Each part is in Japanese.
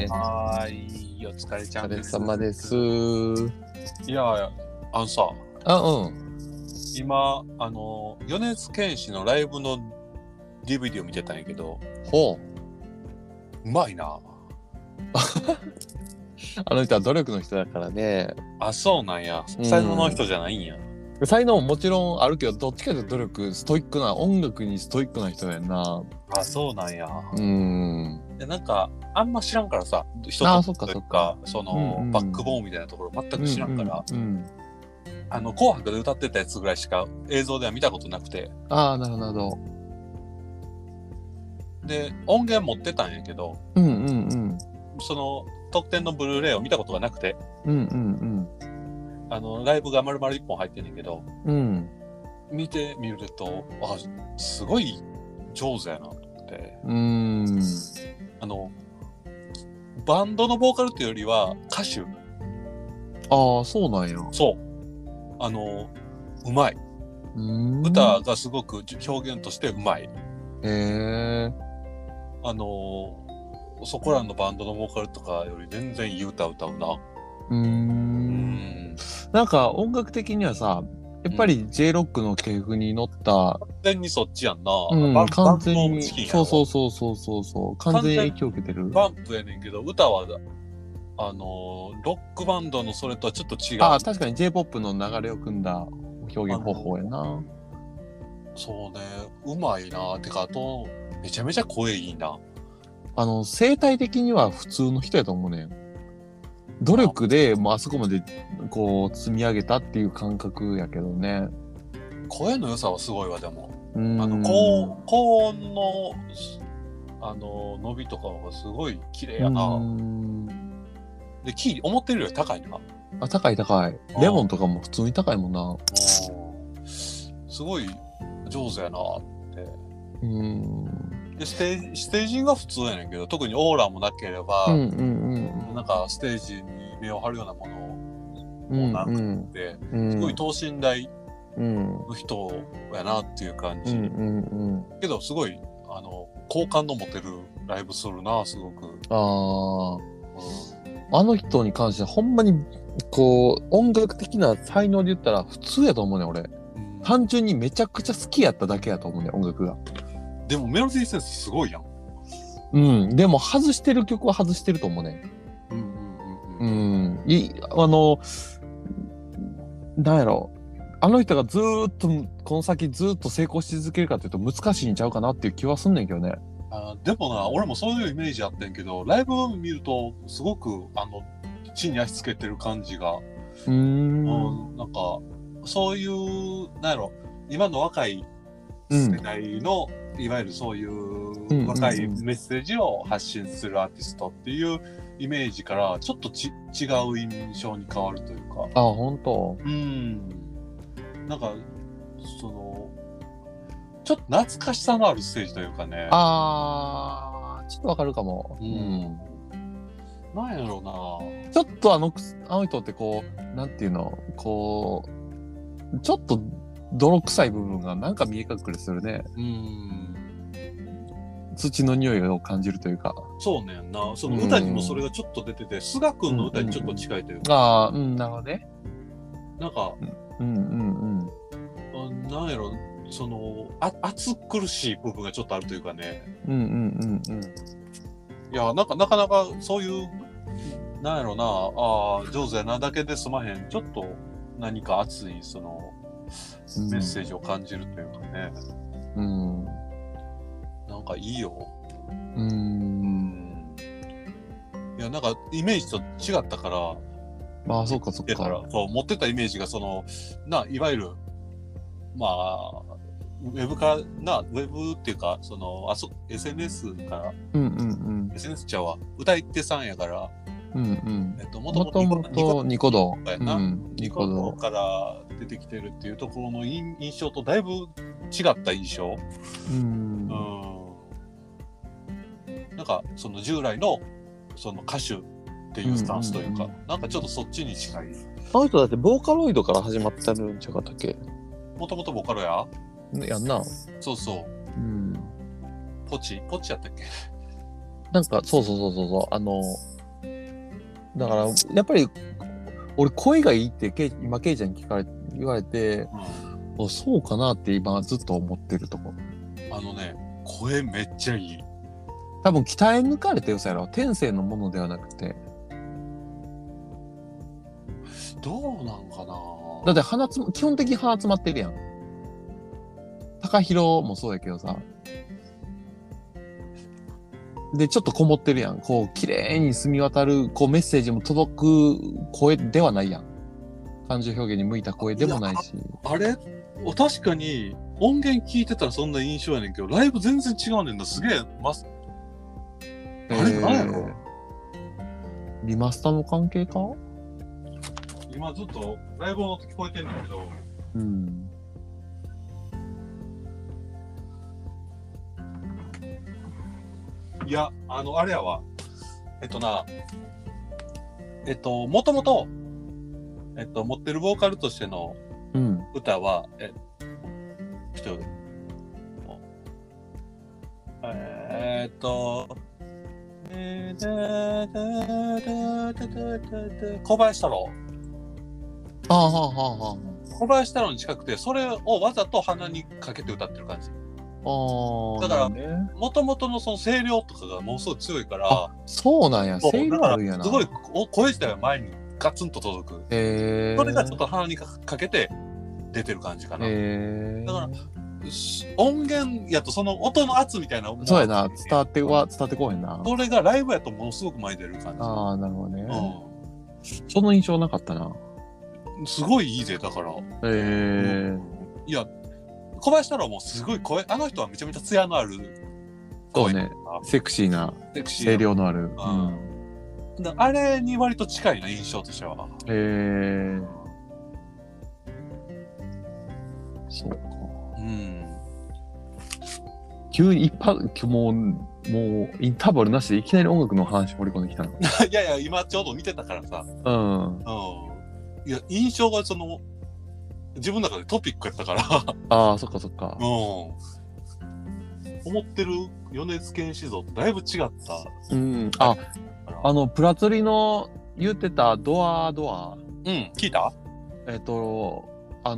ね。 はい、お疲れちゃんです。 お疲れ様です。 いや、さ、 うん。 今、米津玄師のライブの DVD を見てたんやけど、 ほうまいな。 あの人は努力の人だからね。 あ、そうなんや。才能の人じゃないんや。 才能ももちろんあるけど、どっちかというと努力、ストイックな、音楽にストイックな人やんな。 あ、そうなんや。 で、 なんか、あんま知らんからさ、人とというか、バックボーンみたいなところ全く知らんから、紅白で歌ってたやつぐらいしか映像では見たことなくて。 ああ、なるほど。 で、音源持ってたんやけど、その特典のブルーレイを見たことがなくて、ライブが丸々1本入ってんねんけど、見てみると、あ、すごい上手やなと思って。バンドのボーカルっていうよりは歌手。 ああ、そうなんや。 そう。うまい。歌がすごく表現としてうまい。 へえ。 そこらのバンドのボーカルとかより全然いい歌歌うな。 なんか音楽的にはさ、やっぱり J ロックの系譜に乗った、 完全にそっちやんな。 完全にそう完全に影響を受けてる。 バンプやねんけど、歌はロックバンドのそれとはちょっと違う。 あ、確かに J-POP の流れを組んだ表現方法やな。 そうね、うまいな。てか、あとめちゃめちゃ声いいな。 生態的には普通の人やと思うね。努力でもうあそこまでこう積み上げたっていう感覚やけどね。 声の良さはすごいわ。でも高音の伸びとかがすごい綺麗やな。でキー思ってるより高いな。 あ、高い。レモンとかも普通に高いもんな。 すごい上手やなって。でステージが普通やねんけど、特にオーラもなければ、なんかステージに目を張るようなものもなくて、すごい等身大の人やなっていう感じ。けどすごい好感の持てるライブするな、すごく。 あの人に関してはほんまにこう音楽的な才能で言ったら普通やと思うね、俺。単純にめちゃくちゃ好きやっただけやと思うね、音楽が。でもメロディーセンスすごいやん。 でも外してる曲は外してると思うね。なんやろ。あの人がずーっとこの先ずーっと成功し続けるかというと難しいんちゃうかなっていう気はすんねんけどね。 でもな、俺もそういうイメージあってんけど、ライブを見るとすごく地に足つけてる感じが、なんかそういうなんやろ、今の若い世代の、いわゆるそういう若いメッセージを発信するアーティストっていうイメージからちょっと違う印象に変わるというか。 あ、本当。 なんかちょっと懐かしさのあるステージというかね。 ちょっとわかるかも。 なんやろうな。 ちょっとあの人ってこう、なんていうの、こう、ちょっと泥臭い部分がなんか見え隠れするね。土の匂いを感じるというか。 そうねんな。その歌にもそれがちょっと出てて、菅くんの歌にちょっと近いというか。 なるほどね。 なんか、なんやろ、暑苦しい部分がちょっとあるというかね。いや、なかなかそういう、なんやろな、上手やなだけで済まへん。ちょっと何か熱い、メッセージを感じるというかね。なんかいいよ。いや、なんかイメージと違ったから。 そうか。 だから、持ってたイメージがいわゆる、ウェブっていうか、SNS から、SNS ちゃうわ、歌い手さんやから、もともとニコ動やな。ニコ動から出てきてるっていうところの印象とだいぶ違った印象。なんか、従来の、歌手っていうスタンスというか、なんかちょっとそっちに近い。 あの人だってボーカロイドから始まってるんちゃうかったっけ？ もともとボカロやんな。 そう。ポチやったっけ？ なんか、そう。だから、やっぱり、俺、声がいいって、今、ケイちゃんに言われて、そうかなって今、ずっと思ってるとこ。 声めっちゃいい。 多分、鍛え抜かれてよさやろ。天性のものではなくて。 どうなんかな。 だって基本的に鼻詰まってるやん。高弘もそうやけどさ。で、ちょっとこもってるやん。こう、綺麗に澄み渡る、こう、メッセージも届く声ではないやん。感情表現に向いた声でもないし。 あれ確かに、音源聞いてたらそんな印象やねんけど、ライブ全然違うねんな。すげえ、あれ何やろ、 リマスターの関係か？ 今ずっとライブの音聞こえてんだけど。 うん。 いや、あれやわ。もともと、持ってるボーカルとしての歌は、小林太郎。小林太郎に近くて、それをわざと鼻にかけて歌ってる感じ。だから、もともとのその声量とかがものすごい強いから。 そうなんや、声量あるんやな。 すごい声自体が前にガツンと届く。それがちょっと鼻にかけて出てる感じかな。だから、音源やとその音の圧みたいな。 そうやな、伝わってこうへんな。 それがライブやとものすごく前に出る感じ。 ああ、なるほどね。その印象なかったな。 すごいいいぜ、だから。いや、小林太郎もすごい声、あの人はめちゃめちゃ艶のある声。そうね、セクシーな、声量のある。 あれに割と近いな、印象としては。 そうか。急にもうインターバルなしでいきなり音楽の話盛り込んできたの。 いやいや、今ちょうど見てたからさ。いや、印象が自分の中でトピックやったから。 ああ、そっか。 思ってる米津玄師像とだいぶ違った。 プラツリの言ってたドア。 聞いた？ ト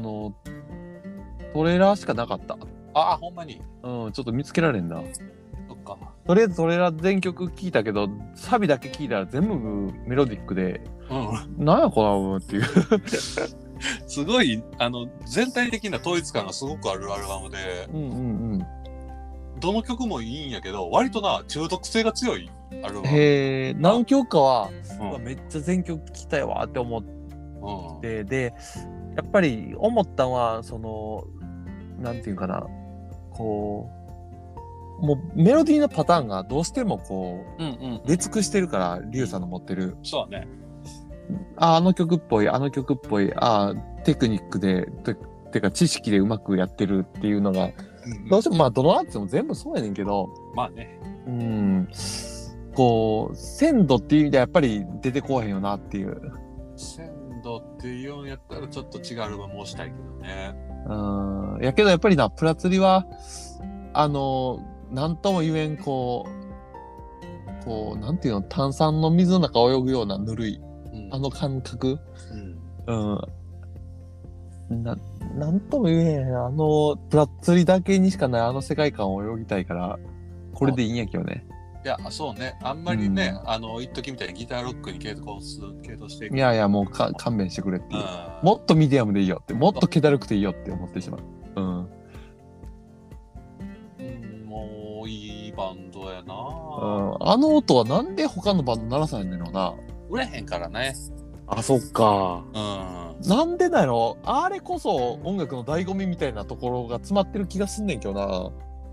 レーラーしかなかった。 ほんまに。 ちょっと見つけられんな。 そっか。 とりあえずトレーラー全曲聞いたけど、サビだけ聞いたら全部メロディックで、なんやこのアルバムっていう。 すごい、全体的な統一感がすごくあるアルバムで、どの曲もいいんやけど、割と中毒性が強いアルバム。 何曲かは、めっちゃ全曲聴きたいわって思って、で、やっぱり思ったのは、なんていうかな、こう、もうメロディーのパターンがどうしても出尽くしてるから、リュウさんの持ってる。 そうね。 あの曲っぽい、テクニックで、てか知識でうまくやってるっていうのが、どうしてもどのアーティストも全部そうやねんけど、 まあね。 鮮度っていう意味ではやっぱり出てこへんよなっていう。 鮮度っていうんやったらちょっと違うアルバムをしたいけどね。 やけどやっぱりプラツリは、なんとも言えん、なんていうの、炭酸の水の中泳ぐようなぬるい、感覚。なんとも言えへん、プラツリだけにしかない世界観を泳ぎたいから、これでいいんやけどね。 いや、そうね。あんまりね、一時みたいにギターロックに系統していく。 いや、もう勘弁してくれっていう。もっとミディアムでいいよって、もっと気だるくていいよって思ってしまう。 もういいバンドやな。 あの音はなんで他のバンド鳴らさへんねんのな。 売れへんからね。 そっか。なんでだよ。あれこそ音楽の醍醐味みたいなところが詰まってる気がすんねんけどな。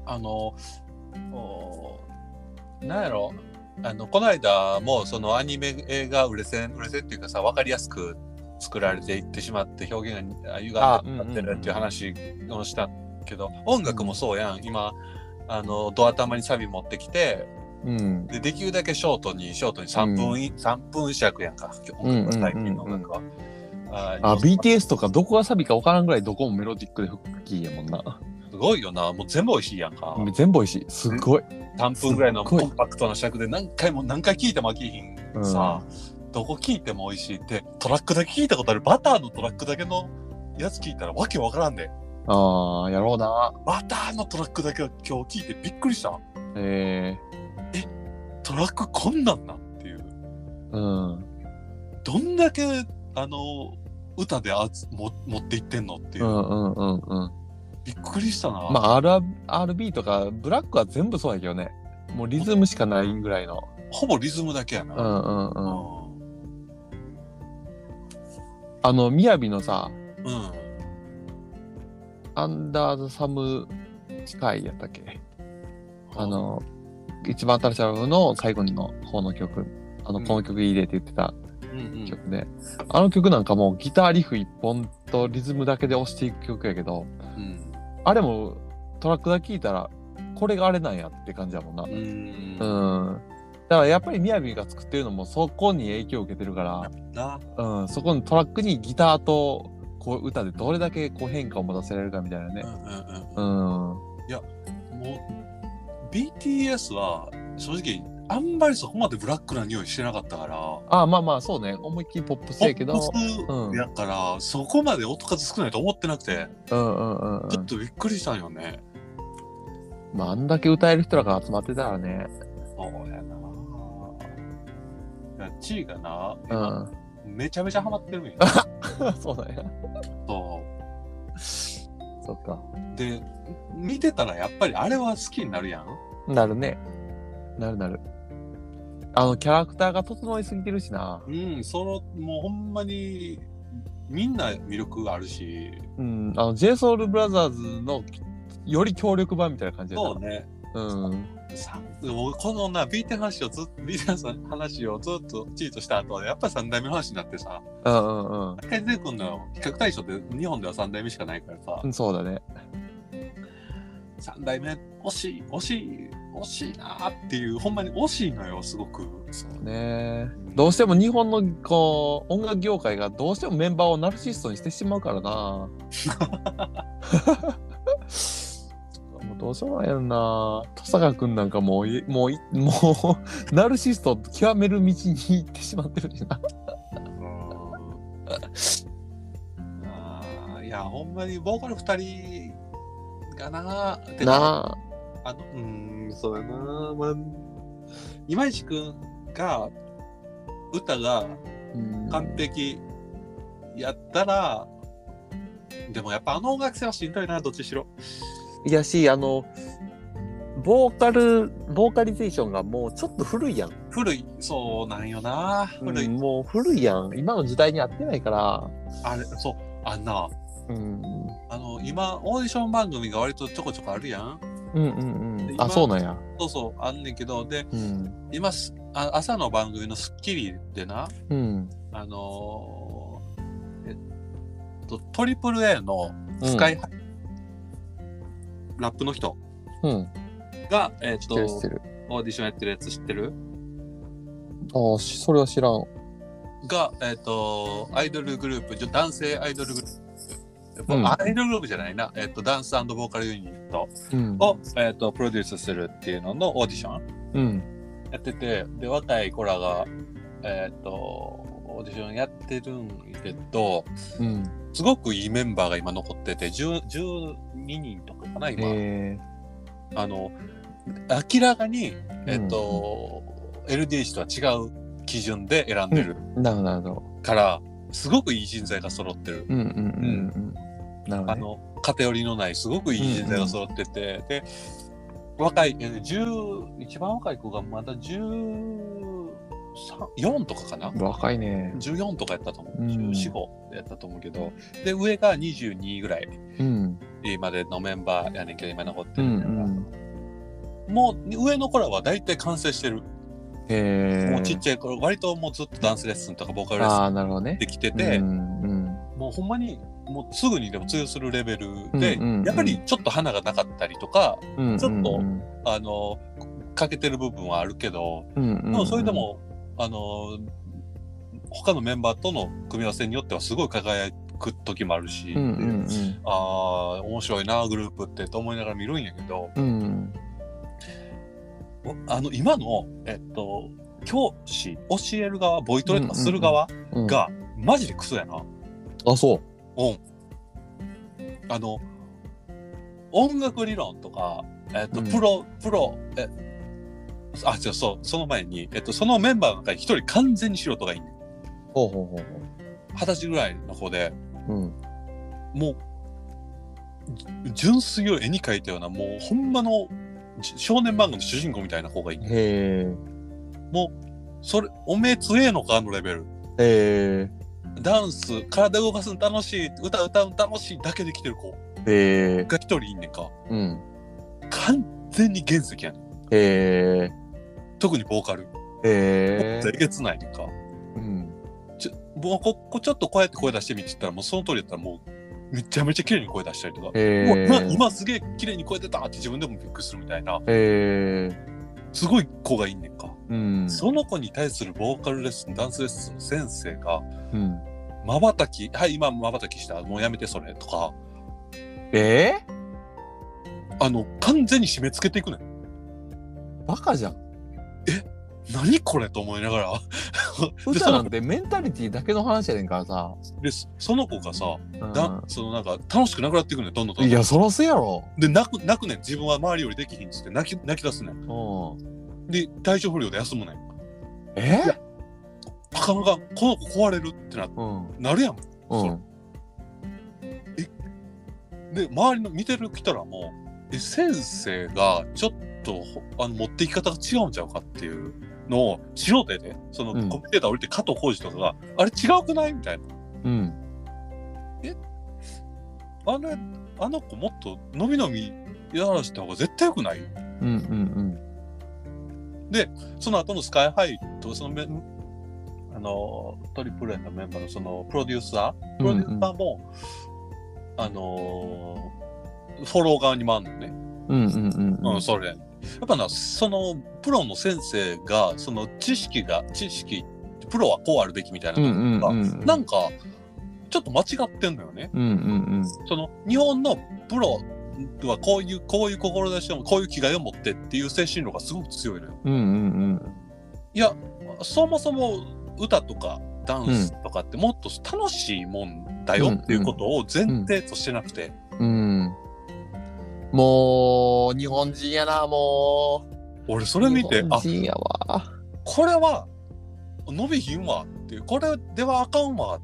なんやろ、この間もそのアニメ映画売れ線っていうかさ、分かりやすく作られていってしまって表現が歪んでなってるっていう話をしたけど、音楽もそうやん。今ドア玉にサビ持ってきて、でできるだけショートに3分尺やんか、音楽は最近の音楽は。 BTS とかどこがサビか分からんぐらいどこもメロディックでフッキーやもんな。 すごいよな。もう全部美味しいやんか。 全部美味しい。すごい。 3分ぐらいのコンパクトな尺で何回聞いても飽きひんさ、どこ聞いても美味しいって。トラックだけ聞いたことある。バターのトラックだけのやつ聞いたらわけわからんで。 ああ、やろうな。 バターのトラックだけは今日聞いてびっくりした。トラックこんなんなんっていう。どんだけ歌で持っていってんのっていう。びっくりしたな。 まあ R&B とかブラックは全部そうやけどね。もうリズムしかないぐらいの。 ほぼリズムだけやな。 みやびのさ、アンダーザサムスカイやったっけ？一番新しいアルバムの最後の方の曲、この曲いいでって言ってた曲で、あの曲なんかもうギターリフ一本とリズムだけで押していく曲やけど、あれもトラックだけ聞いたらこれがあれなんやって感じだもんな。だからやっぱりみやびが作ってるのもそこに影響を受けてるから、そこのトラックにギターとこう歌でどれだけこう変化を持たせられるかみたいなね。 いやもう BTS は正直あんまりそこまでブラックな匂いしてなかったから。 まあまあそうね、思いっきりポップスやけど、 ポップスやから、そこまで音数少ないと思ってなくて、ちょっとびっくりしたんよね。 まああんだけ歌える人らが集まってたらね。 そうやな。チーがな、めちゃめちゃハマってるんや。 そうだよ。そっか。 で、見てたらやっぱりあれは好きになるやん。 なるね。なる。キャラクターが整いすぎてるしな。 もうほんまにみんな魅力があるし。 JSOULBROTHERS のより強力版みたいな感じだな。 そうね。このな BTS 話をずっとチートした後はやっぱり3代目の話になってさ。一回出てくんのよ。比較対象って日本では3代目しかないからさ。 そうだね。 3代目惜しいなーっていう、ほんまに惜しいのよ、すごく。 そうね。どうしても日本のこう音楽業界がどうしてもメンバーをナルシストにしてしまうからな。もうどうしようもないやんな。登坂くんなんかもうナルシスト極める道に行ってしまってるしな。 いやほんまにボーカル2人がなってなそうやな。今市くんが歌が完璧やったら、でもやっぱ音楽性はしんどいな、どっちしろ。 いやし、ボーカリゼーションがもうちょっと古いやん。 そうなんよな。 もう古いやん。今の時代に合ってないから。 今オーディション番組が割とちょこちょこあるやん。 そうなんや。 そうあんねんけど、で、今朝の番組のスッキリでな、トリプル A のスカイハイ、ラップの人が、オーディションやってるやつ知ってる？ それは知らん。 が、アイドルグループ、男性アイドルグループ。アイドルグループじゃないな、ダンス&ボーカルユニットを、プロデュースするっていうののオーディション、やってて、で若い子らが、オーディションやってるんやけど、すごくいいメンバーが今残ってて、12人とかかな今。明らかに、LDH とは違う基準で選んでるからすごくいい人材が揃ってる。偏りのないすごくいい人材が揃ってて、で若い一番若い子がまだ14とかかな。 若いね。 14とかやったと思う。14、15やったと思うけど、で上が22ぐらいまでのメンバーやねんけど今残ってるもう上の子らは大体完成してる。もうちっちゃい頃割ともうずっとダンスレッスンとかボーカルレッスンできてて、もうほんまにもうすぐにでも通用するレベルで、やっぱりちょっと花がなかったりとか、ちょっと欠けてる部分はあるけど、でもそれでも他のメンバーとの組み合わせによってはすごい輝く時もあるし、面白いなグループってと思いながら見るんやけど、 今の、教師、教える側、ボイトレとかする側が、マジでクソやな。 あ、そう。 うん。音楽理論とか、プロ、違う、そう、その前に、そのメンバーの中に一人完全に素人がいいねん。 ほうほうほうほう。 20歳ぐらいの子で、もう、純粋を絵に描いたような、もうほんまの少年漫画の主人公みたいな子がいいねん。 へー。 もう、それ、おめえ強えのかのレベル。 へー。 ダンス、体動かすの楽しい、歌うの楽しいだけで来てる子が一人いんねんか。完全に原石やねん。特にボーカル。えげつないねんか。もうちょっとこうやって声出してみって言ったら、もうその通りやったらもうめちゃめちゃ綺麗に声出したりとか、今すげえ綺麗に声出たって自分でもびっくりするみたいな、すごい子がいんねんか。その子に対するボーカルレッスン、ダンスレッスンの先生が、瞬き、はい、今瞬きした、もうやめてそれとか、完全に締め付けていくねん。 バカじゃん。 何これと思いながら歌なんてメンタリティだけの話やねんからさ。 でその子がさ、そのなんか楽しくなくなっていくねん、どんどん。 いや、そらせやろ。 で泣くねん、自分は周りよりできひんっつって泣き出すねん。で体調不良で休むねん。あかんあかん、この子壊れるってなるやん。で周りの見てる人らも先生がちょっと持っていき方が違うんちゃうかっていうのを素人で、そのコミュニケーター降りて加藤浩次とかが、あれ違うくないみたいな。あの子もっとのびのびやらした方が絶対良くない？で、その後のスカイハイとそのトリプル A のメンバーのそのプロデューサーも、フォロー側に回るのね。それ。やっぱな、そのプロの先生がその知識プロはこうあるべきみたいなのが、なんかちょっと間違ってんのよね。その日本のプロはこういう志を、こういう気概を持ってっていう精神論がすごく強いのよ。いや、そもそも歌とかダンスとかってもっと楽しいもんだよっていうことを前提としてなくて。 もう日本人やな、もう。 俺それ見て、 日本人やわ。 これは伸びひんわっていう、これではあかんわ。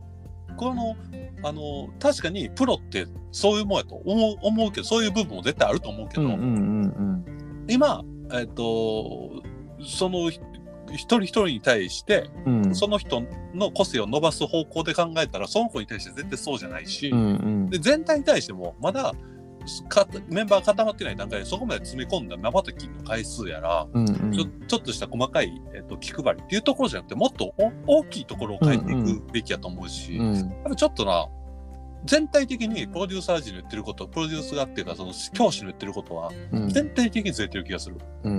確かにプロってそういうもんやと思うけど、そういう部分も絶対あると思うけど、今その一人一人に対して、その人の個性を伸ばす方向で考えたら、その子に対して絶対そうじゃないし、で全体に対してもまだメンバー固まってない段階でそこまで詰め込んだ瞬きの回数やら、ちょっとした細かい、気配りっていうところじゃなくて、もっと大きいところを変えていくべきやと思うし、やっぱちょっとな、全体的にプロデューサー陣の言ってること、プロデュースがっていうかその教師の言ってることは全体的にずれてる気がする。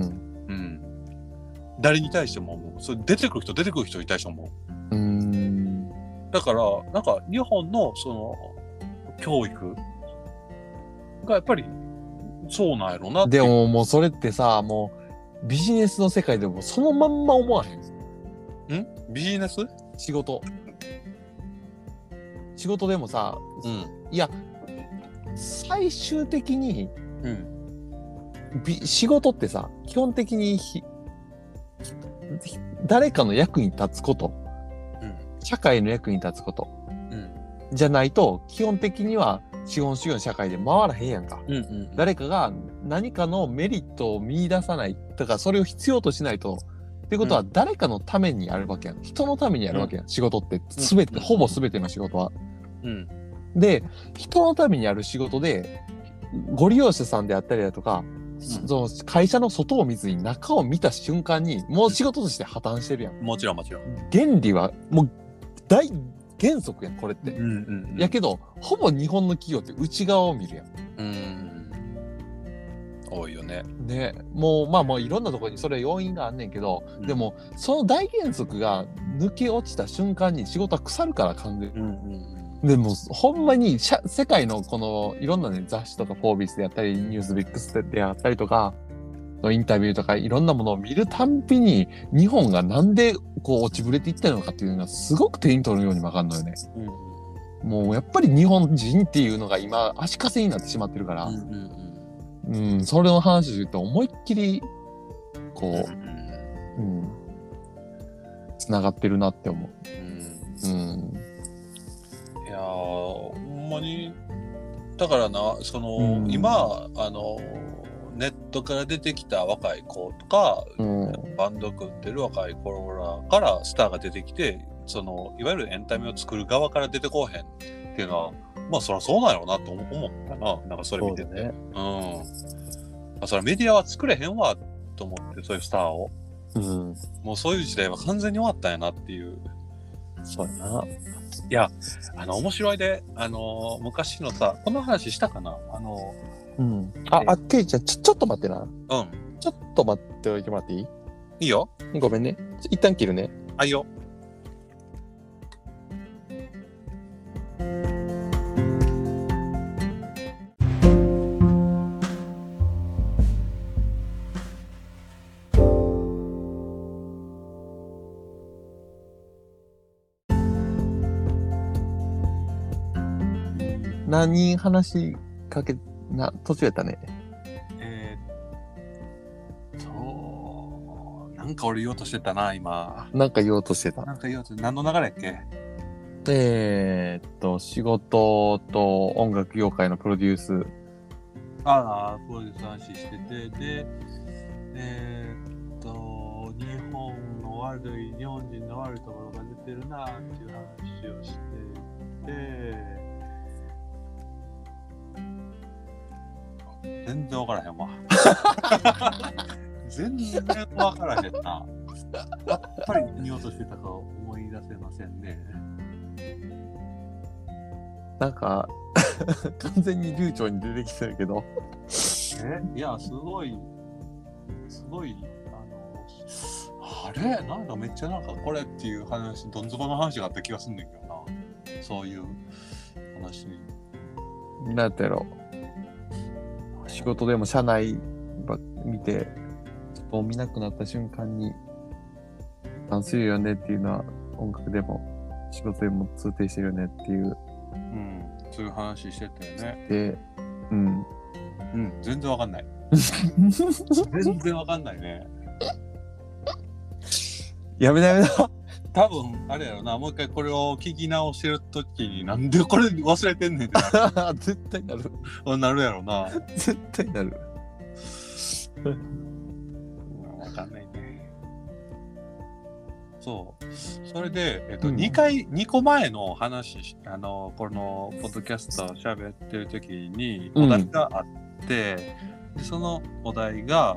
誰に対してもそれ出てくる人に対してもだからなんか日本のその教育がやっぱりそうなんやろなって。 でももうそれってさ、もうビジネスの世界でもそのまんま思わへん？ ビジネス？ 仕事でもさ、いや最終的に、仕事ってさ、基本的に誰かの役に立つこと、社会の役に立つこと、じゃないと基本的には資本主義の社会で回らへんやんか。誰かが何かのメリットを見出さない、だからそれを必要としないと。っていうことは誰かのためにやるわけやん。人のためにやるわけやん。仕事って全て、ほぼ全ての仕事は。で、人のためにやる仕事で、ご利用者さんであったりだとか、その会社の外を見ずに中を見た瞬間に、もう仕事として破綻してるやん。 もちろん。 原理はもう大原則やん、これって。やけど、ほぼ日本の企業って内側を見るやん。 多いよね。 ね、もういろんなところにそれ要因があんねんけど、でもその大原則が抜け落ちた瞬間に仕事は腐るから、完全に。でもほんまに世界のこのいろんなね、雑誌とかフォービスであったりニュースビックスであったりとか、 のインタビューとかいろんなものを見るたんびに日本がなんでこう落ちぶれていったのかっていうのがすごく手に取るように分かるのよね。もうやっぱり日本人っていうのが今足かせになってしまってるから、それの話で言うと思いっきりこう、つながってるなって思う。 いやほんまにだからな今ネットから出てきた若い子とか、バンド組んでる若い子らからスターが出てきていわゆるエンタメを作る側から出てこうへんっていうのはまあそりゃそうなんやろうなと思ったな。なんかそれ見てて、それはメディアは作れへんわと思って、そういうスターを、もうそういう時代は完全に終わったんやなっていう。 そうやな。 いや面白いで昔のさ、この話したかな。 ケイちゃんちょっと待ってな。ちょっと待っておいてもらっていい？ いいよ。 ごめんね。一旦切るね。 はいよ。 何人話しかけ途中やったね。 なんか俺言おうとしてたな今。 なんか言おうとしてた。 何の流れやっけ？ 仕事と音楽業界のプロデュース。 プロデュース話してて、で、日本人の悪いところが出てるなっていう話をしてて、全然わからへんわ。全然わからへんな。やっぱり何をとしてたか思い出せませんね。 なんか完全に流暢に出てきてるけどいやすごいあれなんかめっちゃなんかこれっていう話、どん底の話があった気がすんねんけどな。そういう話になんてやろう、仕事でも社内見てちょっと見なくなった瞬間にダするよねっていうのは音楽でも仕事でも通底してるよねっていう、 そういう話してたよね。 で、 全然わかんない。全然わかんないね。 やめな。 多分あれやろな、もう一回これを聞き直してるときになんでこれ忘れてんねんってなる。 絶対なる。 なるやろな。 絶対なる。 わかんないね。そう。それで、2個前の話、このポッドキャストを喋ってるときにお題があって、でそのお題が、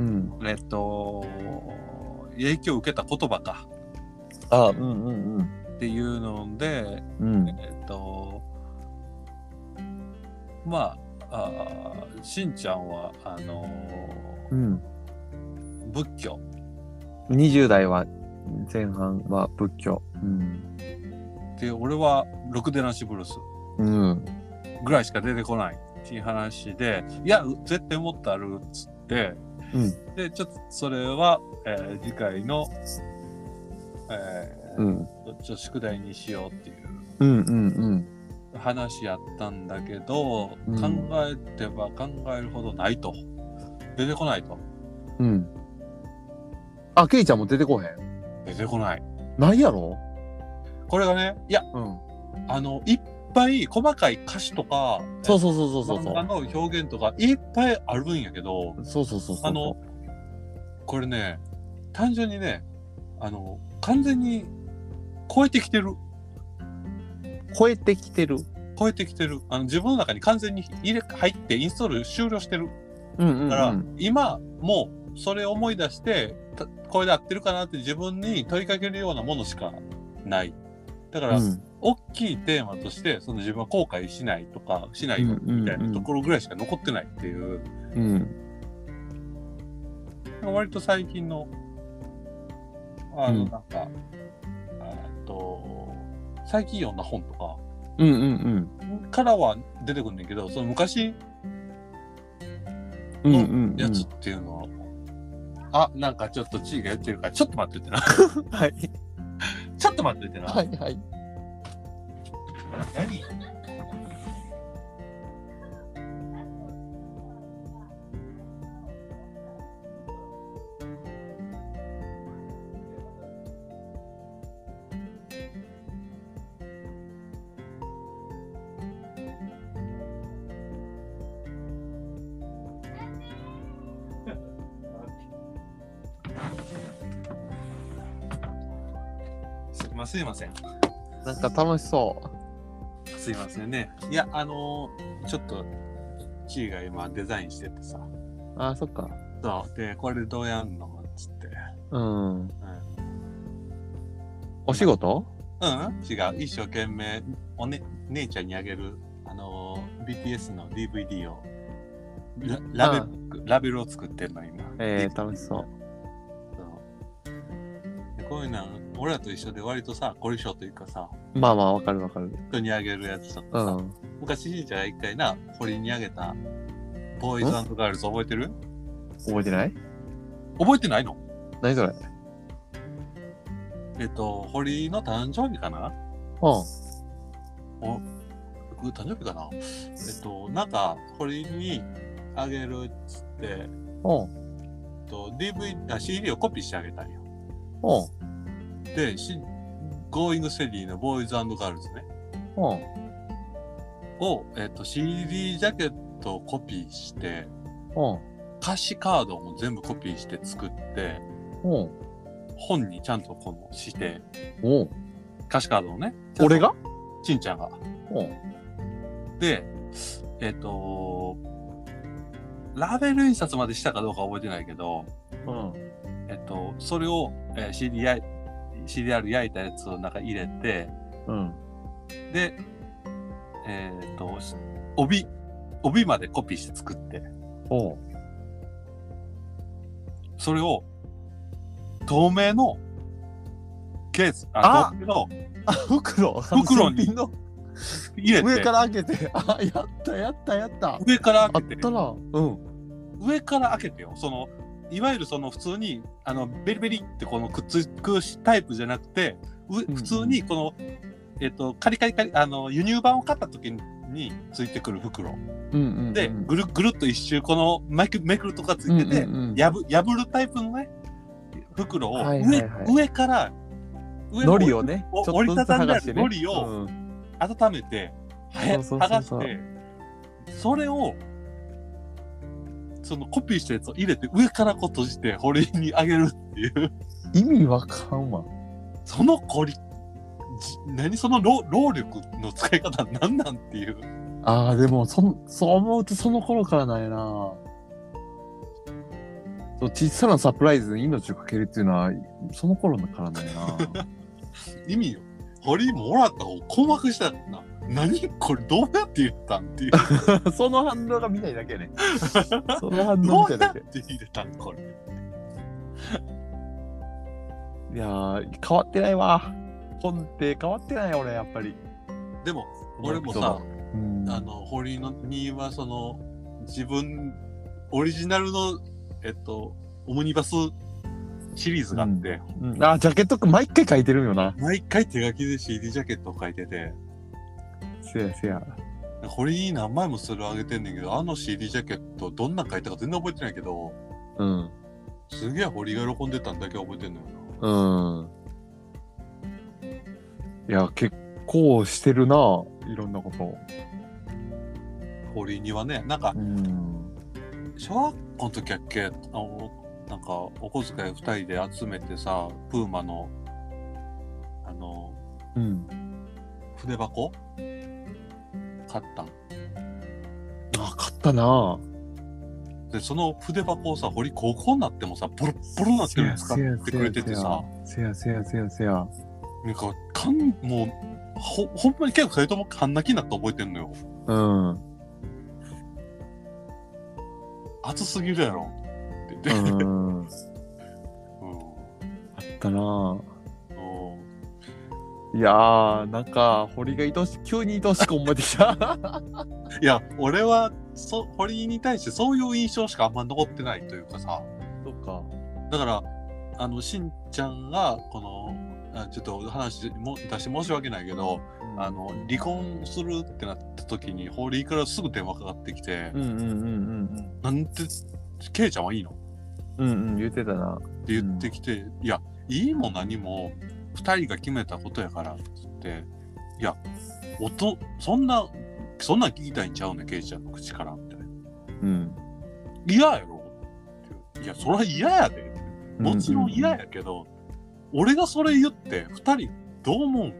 影響を受けた言葉か。っていうので、しんちゃんは仏教。 20代は前半は仏教。 で、俺はろくでなしブルースぐらいしか出てこないっていう話で、いや絶対もっとあるっつって、でちょっとそれは、次回の、ちょっと宿題にしようっていう話やったんだけど、考えてば考えるほどないと、出てこないと。 ケイちゃんも出てこへん。 出てこない。 ないやろこれがね、いや、いっぱい細かい歌詞とか、漫画の表現とかいっぱいあるんやけど、これね、単純にね、完全に超えてきてる。自分の中に完全に入ってインストール終了してる。だから今もうそれを思い出してこれで合ってるかなって自分に問いかけるようなものしかない。だから、大きいテーマとして自分は後悔しないとかしないよみたいなところぐらいしか残ってないっていう。割と最近のなんか最近読んだ本とかからは出てくるんだけど、その昔のやつっていうのはあ、なんかちょっと地位が言ってるから、ちょっと待っててな。 はい。 ちょっと待っててな。 はいはい。 何？すいません。 なんか楽しそう。すいませんね。いや、ちょっと、キーが今デザインしててさ。 あ、そっか。 そう。で、これどうやんのつって。 うん。お仕事？ うん、違う。一生懸命、姉ちゃんにあげる、BTS の DVD を、ラベルを作ってんの、今。 楽しそう。 でこういうの俺らと一緒で割とさ、凝り性というかさ、 まあまあわかるわかる。 人にあげるやつとかさ、昔じいちゃんが一回な、堀にあげたボーイズ&ガールズ覚えてる？ 覚えてない？ 覚えてないの？ 何それ？ 堀の誕生日かな？誕生日かな？なんか堀にあげるっつって、CD をコピーしてあげたんよ。で、Going Steady のボーイズ&ガールズね。を、CD ジャケットをコピーして、歌詞カードも全部コピーして作って、本にちゃんとして、歌詞カードをね。 俺が？ ちんちゃんが。で、ラベル印刷までしたかどうか覚えてないけど、それを、CDR 焼いたやつを中入れて、で、帯までコピーして作って、それを透明のケース、透明の袋に入れて、 上から開けて、やった。 上から開けて、 上から開けてよ、いわゆる普通にベリベリってくっつくタイプじゃなくて、普通にカリカリ輸入版を買った時についてくる袋、でぐるっと一周めくるとかついてて、破るタイプのね袋を上からのりをね折りたたんであるのりを温めて剥がして、それをコピーしたやつを入れて上から閉じて堀にあげるっていう意味わかんわ。 何その労力の使い方なんなんっていう。 でもそう思うとその頃からなんやな。小さなサプライズに命をかけるっていうのはその頃からなんやな。 意味よ。堀もらった方困惑したな。何これどうやって入れたんっていう。 その反応が見ないだけね。その反応見ただけ。 どうやって入れたんこれ。 いやー変わってないわ。根底変わってない俺やっぱり。 でも俺もさ、堀には自分オリジナルのオムニバスシリーズがあって、 ジャケット毎回書いてるんよな。 毎回手書きで CD ジャケットを書いてて。 せや。 堀に何枚もそれをあげてんねんけど、CD ジャケットどんな書いたか全然覚えてないけど、すげえ堀が喜んでたんだけ覚えてんのよな。 いや結構してるないろんなこと。 堀にはね、なんか小学校の時やっけ、なんかお小遣い2人で集めてさ、プーマの筆箱買ったん。 買ったな。 でその筆箱をさ、堀高校になってもさ、ボロボロになってるの使ってくれててさ、 せや。 なんかもうほんまに結構2人とも半泣きになって覚えてんのよ。熱すぎるやろって言って。 あったな。いやーなんか堀が急に愛しく思えてきた。 いや俺は堀に対してそういう印象しかあんま残ってないというかさ。 そっか。 だからしんちゃんがこのちょっと話も出して申し訳ないけど、離婚するってなった時に堀井からすぐ電話かかってきて、なんてケイちゃんはいいの？ 言ってたな。 って言ってきて、いやいいも何も2人が決めたことやからって言って、いやそんなん聞きたいんちゃうねケイちゃんの口からみたいな。嫌やろ？いやそりゃ嫌やで。もちろん嫌やけど、俺がそれ言って2人どう思う？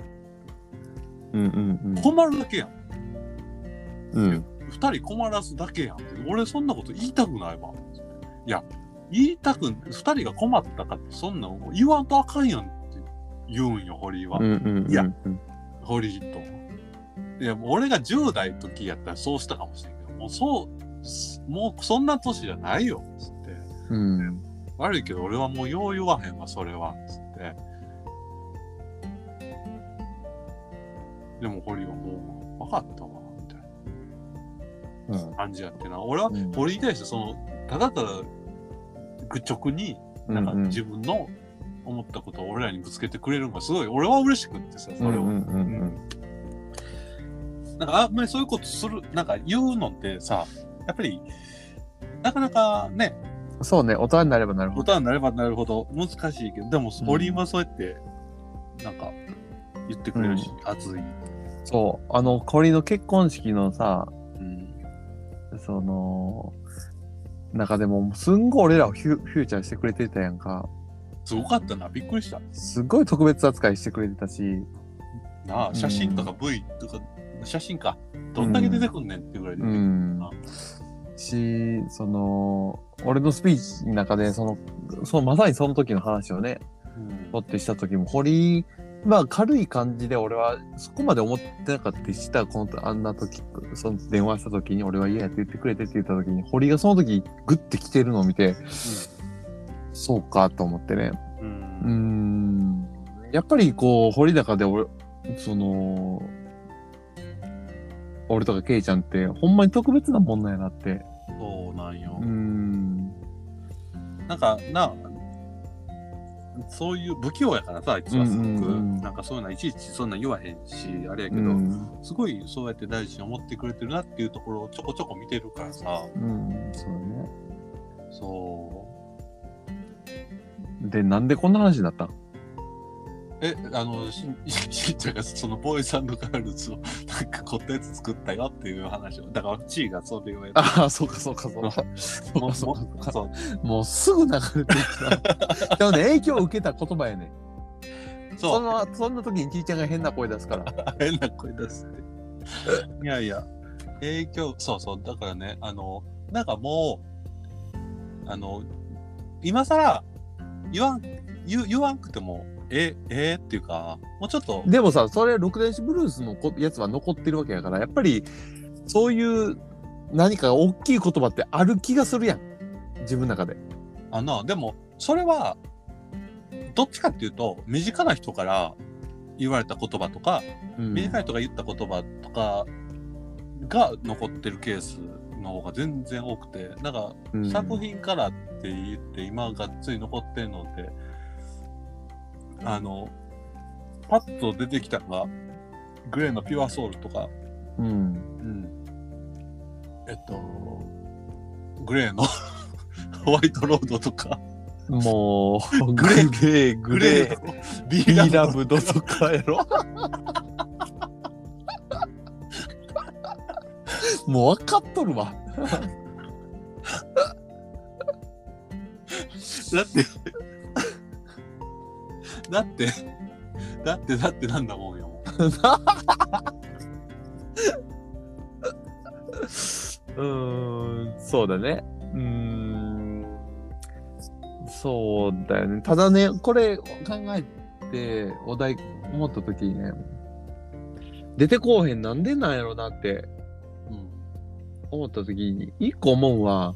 困るだけやん。2人困らすだけやん。俺そんなこと言いたくないわ。いや2人が困ったかってそんな言わんとあかんやんって言うんよ堀井は。いや堀井と。いやもう俺が10代の時やったらそうしたかもしれんけど、もうそんな年じゃないよっつって。悪いけど俺はもうよう言わへんわそれはつって。でも堀井はもう分かったわみたいな感じやってな。俺は堀井に対してただただ愚直になんか自分の思ったことを俺らにぶつけてくれるのがすごい俺は嬉しくってさ、それをなんかあんまりそういうことするなんか言うのってさ、やっぱりなかなかね。 そうね、大人になればなるほど。 大人になればなるほど難しいけど、でも堀井はそうやってなんか言ってくれるし、熱い。 そう、堀の結婚式のさ、中でもすんごい俺らをフューチャーしてくれてたやんか。 すごかったな、びっくりした。 すごい特別扱いしてくれてたし。 なあ、写真とか V とか、写真か。どんだけ出てくんねんっていうぐらい出てくるな。 俺のスピーチの中でまさにその時の話をね、ってした時も堀軽い感じで俺はそこまで思ってなかったしたあんな時電話した時に俺は嫌やって言ってくれてって言った時に堀がその時グッて来てるのを見て、そうかと思ってね。やっぱり堀高で俺とかケイちゃんってほんまに特別なもんなんやなって。 そうなんよ。なんかそういう不器用やからさ、あいつはすごく、なんかそういうのいちいちそんな言わへんし、あれやけど、すごいそうやって大事に思ってくれてるなっていうところをちょこちょこ見てるからさ。 そうね。 そう。 で、なんでこんな話になったん？ しんちゃんがそのボーイズ&ガールズをなんか凝ったやつ作ったよっていう話を、だからチーがそれをやって。 ああ、そうか。もうすぐ流れていった。でもね、影響を受けた言葉やね。そんな時にちーちゃんが変な声出すから。 変な声出すって。いや、影響、そう、だからね、なんかもう、今更言わんくても、っていうか、もうちょっと。 でもさ、それ、六電子ブルースのやつは残ってるわけやから、やっぱり、そういう何か大きい言葉ってある気がするやん。自分の中で。 でも、それは、どっちかっていうと、身近な人から言われた言葉とか、身近な人が言った言葉とかが残ってるケースの方が全然多くて、なんか、作品からって言って、今がっつり残ってるのって、パッと出てきたのがグレーのピュアソウルとか、グレーのホワイトロードとか、 もうグレービーラブドとかやろ。もう分かっとるわ。 だってなんだもんよ。 そうだね。そうだよね。ただね、これ考えてお題思った時にね、出てこうへんなんでなんやろなって思った時に一個思うは、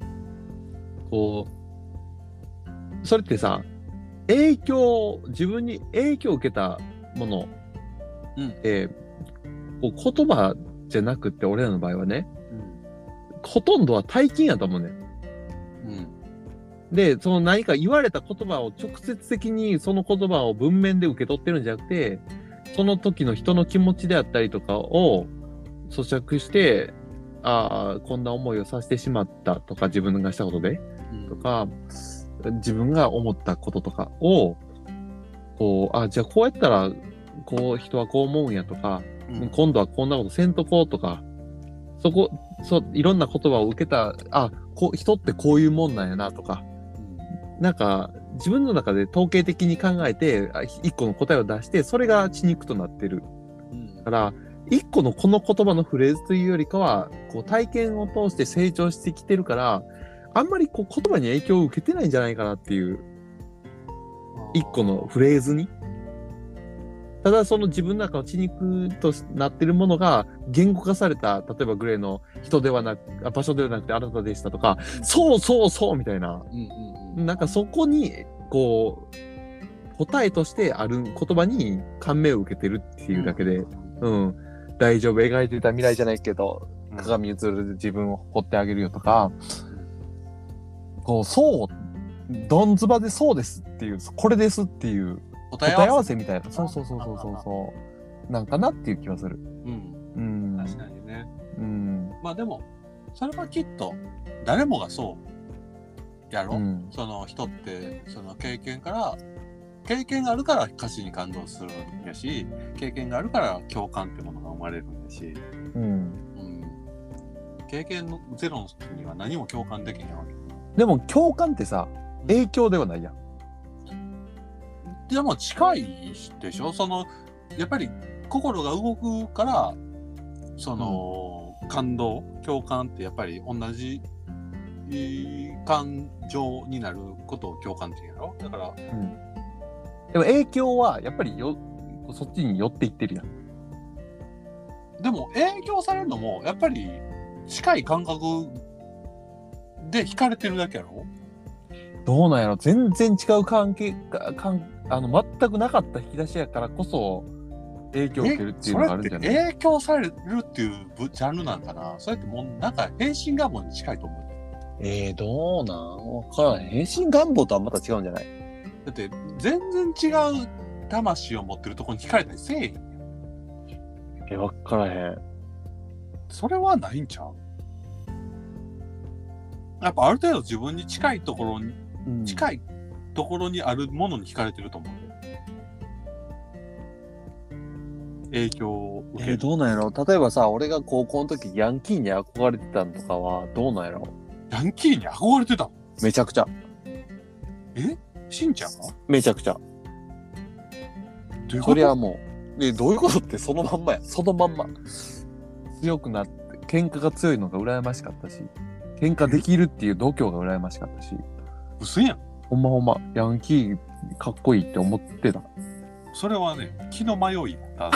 それってさ、自分に影響を受けたものって、言葉じゃなくって俺らの場合はね、ほとんどは体験やと思うね。 で、その何か言われた言葉を直接的にその言葉を文面で受け取ってるんじゃなくて、その時の人の気持ちであったりとかを咀嚼して、ああ、こんな思いをさせてしまったとか、自分がしたことで、とか、自分が思ったこととかを、こう、じゃあこうやったら、こう、人はこう思うんやとか、今度はこんなことせんとこうとか、いろんな言葉を受けた、人ってこういうもんなんやなとか、なんか、自分の中で統計的に考えて、一個の答えを出して、それが血肉となってる。から、一個のこの言葉のフレーズというよりかは、こう体験を通して成長してきてるから、あんまりこう言葉に影響を受けてないんじゃないかなっていう、一個のフレーズに。ただその自分の中の血肉となってるものが言語化された、例えばグレーの人ではなく、場所ではなくてあなたでしたとか、そうそうそうみたいな、なんかそこに、こう、答えとしてある言葉に感銘を受けてるっていうだけで、大丈夫、描いてた未来じゃないけど、鏡映る自分を掘ってあげるよとか、こう、そう、どんずばでそうですっていう、これですっていう、答え合わせみたいな。そうなんかなっていう気はする。 確かにね。まあでも、それはきっと、誰もがそうやろ、その人って、その経験があるから歌詞に感動するんやし、経験があるから共感ってものが生まれるんだし、経験のゼロの人には何も共感できないわけ。 でも共感ってさ、影響ではないやん。 でも近いでしょ、そのやっぱり心が動くからその、感動共感ってやっぱり同じ感情になることを共感って言うやろ。だから、 でも影響はやっぱりそっちに寄っていってるやん。 でも影響されるのもやっぱり近い感覚で惹かれてるだけやろ。 どうなんやろ、全然違う関係全くなかった引き出しやからこそ影響を受けるっていうのがあるんじゃない？ それって影響されるっていうジャンルなんかな。それってもうなんか変身願望に近いと思う。 どうなんわからん。変身願望とはまた違うんじゃない？ だって全然違う魂を持ってるところに惹かれたりせえへん。 わからへん。 それはないんちゃう？やっぱある程度自分に近いところに、近いところにあるものに惹かれてると思う。影響を受ける。 どうなんやろ。例えばさ、俺が高校の時ヤンキーに憧れてたのとかはどうなんやろ。 ヤンキーに憧れてたの？ めちゃくちゃ。 しんちゃんが？ めちゃくちゃ。それはもう、どういうことってそのまんまや。そのまんま。強くなって、喧嘩が強いのが羨ましかったし、喧嘩できるっていう度胸が羨ましかったし。 嘘やん。 ほんま、ヤンキーかっこいいって思ってた。 それはね、気の迷いやった。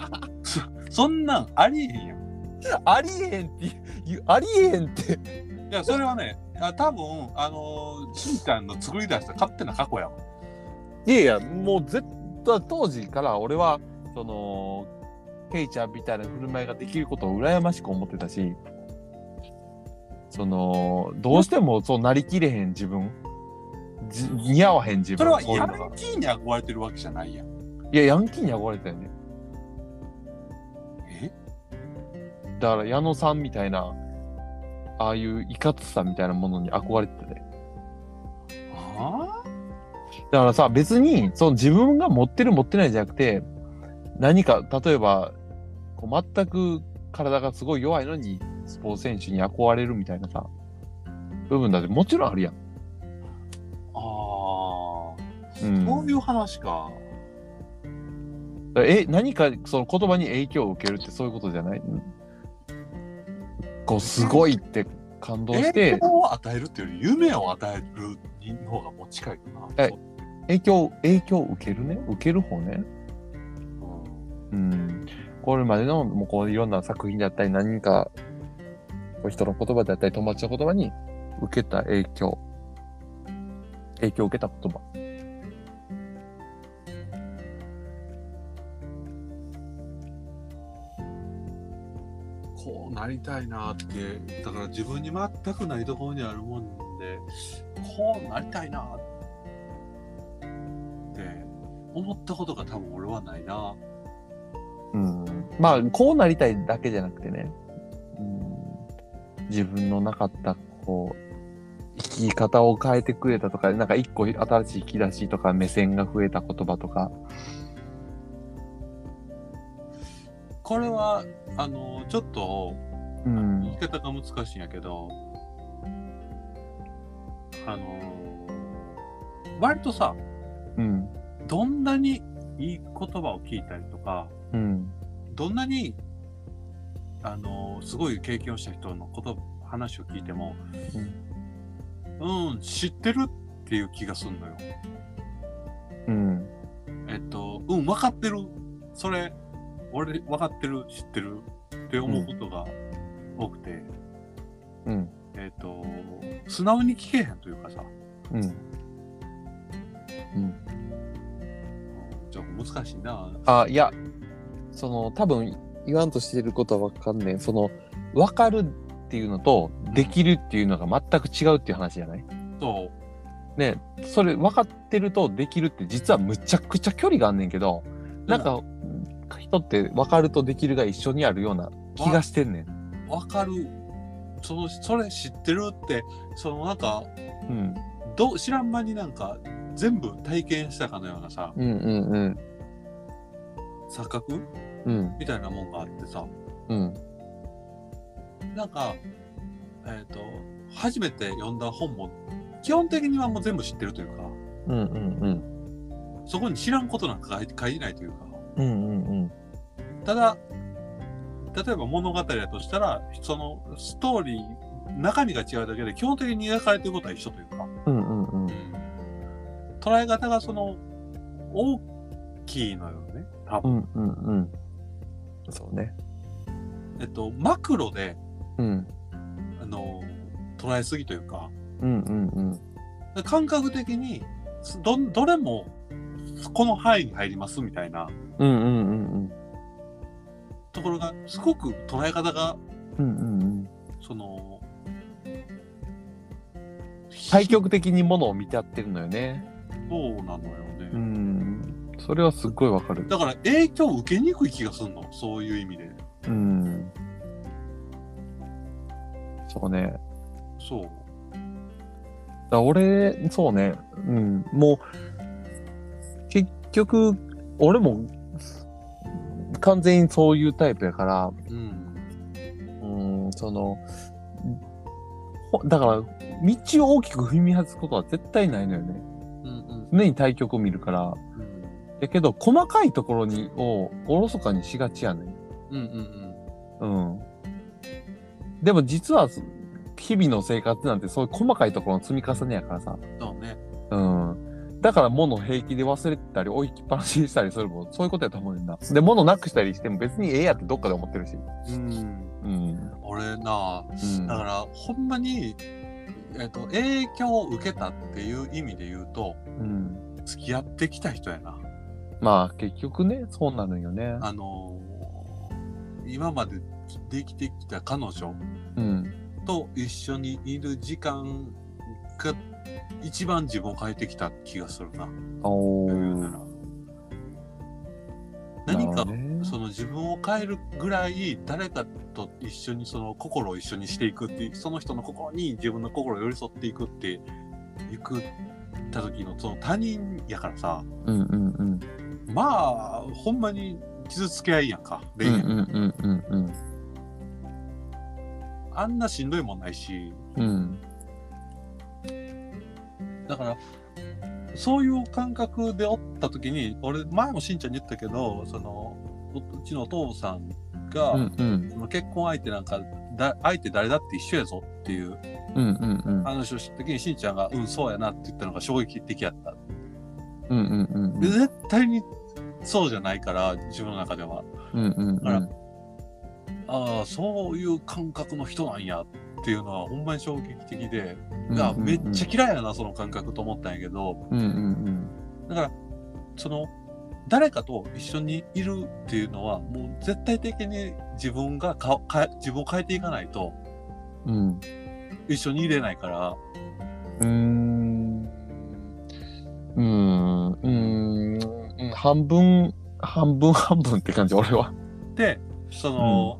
そんなんありえへんやん。 ありえへんって。 いや、それはね、多分、しんちゃんの作り出した勝手な過去やわ。 いやいや、もう当時から俺は、その、ケイちゃんみたいな振る舞いができることを羨ましく思ってたし、その、どうしてもそうなりきれへん自分、似合わへん自分。 それはヤンキーに憧れてるわけじゃないやん。 いや、ヤンキーに憧れてたよね。だから矢野さんみたいな、ああいういかつさみたいなものに憧れてたね。だからさ、別にその自分が持ってる持ってないじゃなくて、何か例えばこう全く体がすごい弱いのにスポーツ選手に憧れるみたいなさ部分だってもちろんあるやん。 そういう話か。 何かその言葉に影響を受けるってそういうことじゃない？こうすごいって感動して。 影響を与えるっていうより夢を与えるの方がもう近いかな。 影響を受けるね。受ける方ね。これまでのもうこういろんな作品であったり何かこう人の言葉であったり友達の言葉に受けた影響を受けた言葉。 こうなりたいなって、だから自分に全くないところにあるもんで、 こうなりたいなって思ったことが多分俺はないな。 うん。まあこうなりたいだけじゃなくてね、うん、自分のなかったこう生き方を変えてくれたとか、なんか一個新しい引き出しとか目線が増えた言葉とか。 これはちょっと、言い方が難しいんやけど、割とさ、うん、どんなにいい言葉を聞いたりとか、うん、どんなにすごい経験をした人の話を聞いても、知ってるっていう気がするのよ。分かってる。それ俺分かってる、知ってるって思うことが多くて、素直に聞けへんというかさ、ちょっと難しいな。 いや、多分言わんとしてることは分かんねえ。分かるっていうのとできるっていうのが全く違うっていう話じゃない？ そう。 ね、それ分かってるとできるって実はむちゃくちゃ距離があんねんけど、なんか人って分かるとできるが一緒にあるような気がしてんねん。 分かる。それ知ってるって、なんか、知らん間になんか全部体験したかのようなさ、錯覚、みたいなもんがあってさ、なんか、初めて読んだ本も基本的にはもう全部知ってるというか、そこに知らんことなんか書いてないというか、ただ例えば物語だとしたら、そのストーリー中身が違うだけで基本的に描かれてることは一緒というか、捉え方が大きいのよね、多分。 そうね。 マクロで、捉えすぎというか、感覚的にどれもこの範囲に入りますみたいなところがすごく捉え方が、 対極的にものを見ちゃってるのよね。 そうなのよね。 それはすっごいわかる。 だから影響を受けにくい気がするの、そういう意味で。 そうね。 そう。 俺、そうね。もう、結局、俺も、完全にそういうタイプやから、だから、道を大きく踏み外すことは絶対ないのよね。常に対極を見るから。だけど、細かいところをおろそかにしがちやねん。でも実は、日々の生活なんてそういう細かいところの積み重ねやからさ。 そうね。 だから物平気で忘れたり置いっぱなしにしたりするもそういうことやと思うねんな。で、物なくしたりしても別にええやってどっかで思ってるし。 俺な、だからほんまに、影響を受けたっていう意味で言うと、付き合ってきた人やな。 まあ結局ね、そうなのよね。 今までできてきた彼女と一緒にいる時間が一番自分を変えてきた気がするな。何か自分を変えるぐらい誰かと一緒に心を一緒にしていくっていう、その人の心に自分の心を寄り添っていくっていくった時の他人やからさ、まあほんまに傷つけ合いやんか。あんなしんどいもんないし、だからそういう感覚でおった時に、俺前もしんちゃんに言ったけど、うちのお父さんが、その結婚相手なんか相手誰だって一緒やぞっていう話をした時に、しんちゃんがそうやなって言ったのが衝撃的やった。で絶対にそうじゃないから自分の中では。だからそういう感覚の人なんやっていうのはほんまに衝撃的で、めっちゃ嫌いやなその感覚と思ったんやけど、だから誰かと一緒にいるっていうのはもう絶対的に自分を変えていかないと、一緒にいれないから。 半分半分半分って感じ、俺は。 で、その、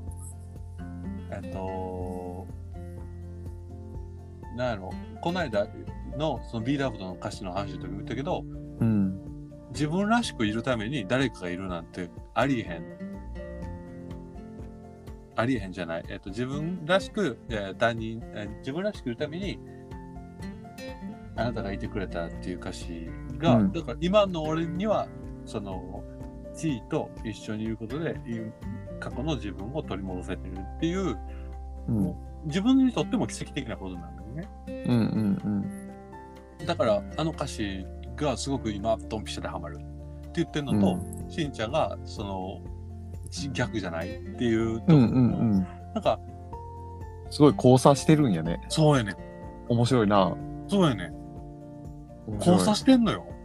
なんやろ、この間のその B ラブドの歌詞の話の時も言ったけど、自分らしくいるために誰かがいるなんてありえへん。ありえへんじゃない。自分らしく、自分らしくいるために、あなたがいてくれたっていう歌詞が、だから今の俺には、その、地位と一緒にいることで、過去の自分を取り戻せてるっていう、自分にとっても奇跡的なことなんだよね。だから、あの歌詞がすごく今、ドンピシャでハマるって言ってるのと、しんちゃんが、その、逆じゃないっていうところも、なんか、 すごい交差してるんやね。 そうやね。 面白いな。 そうやね。交差してんのよ。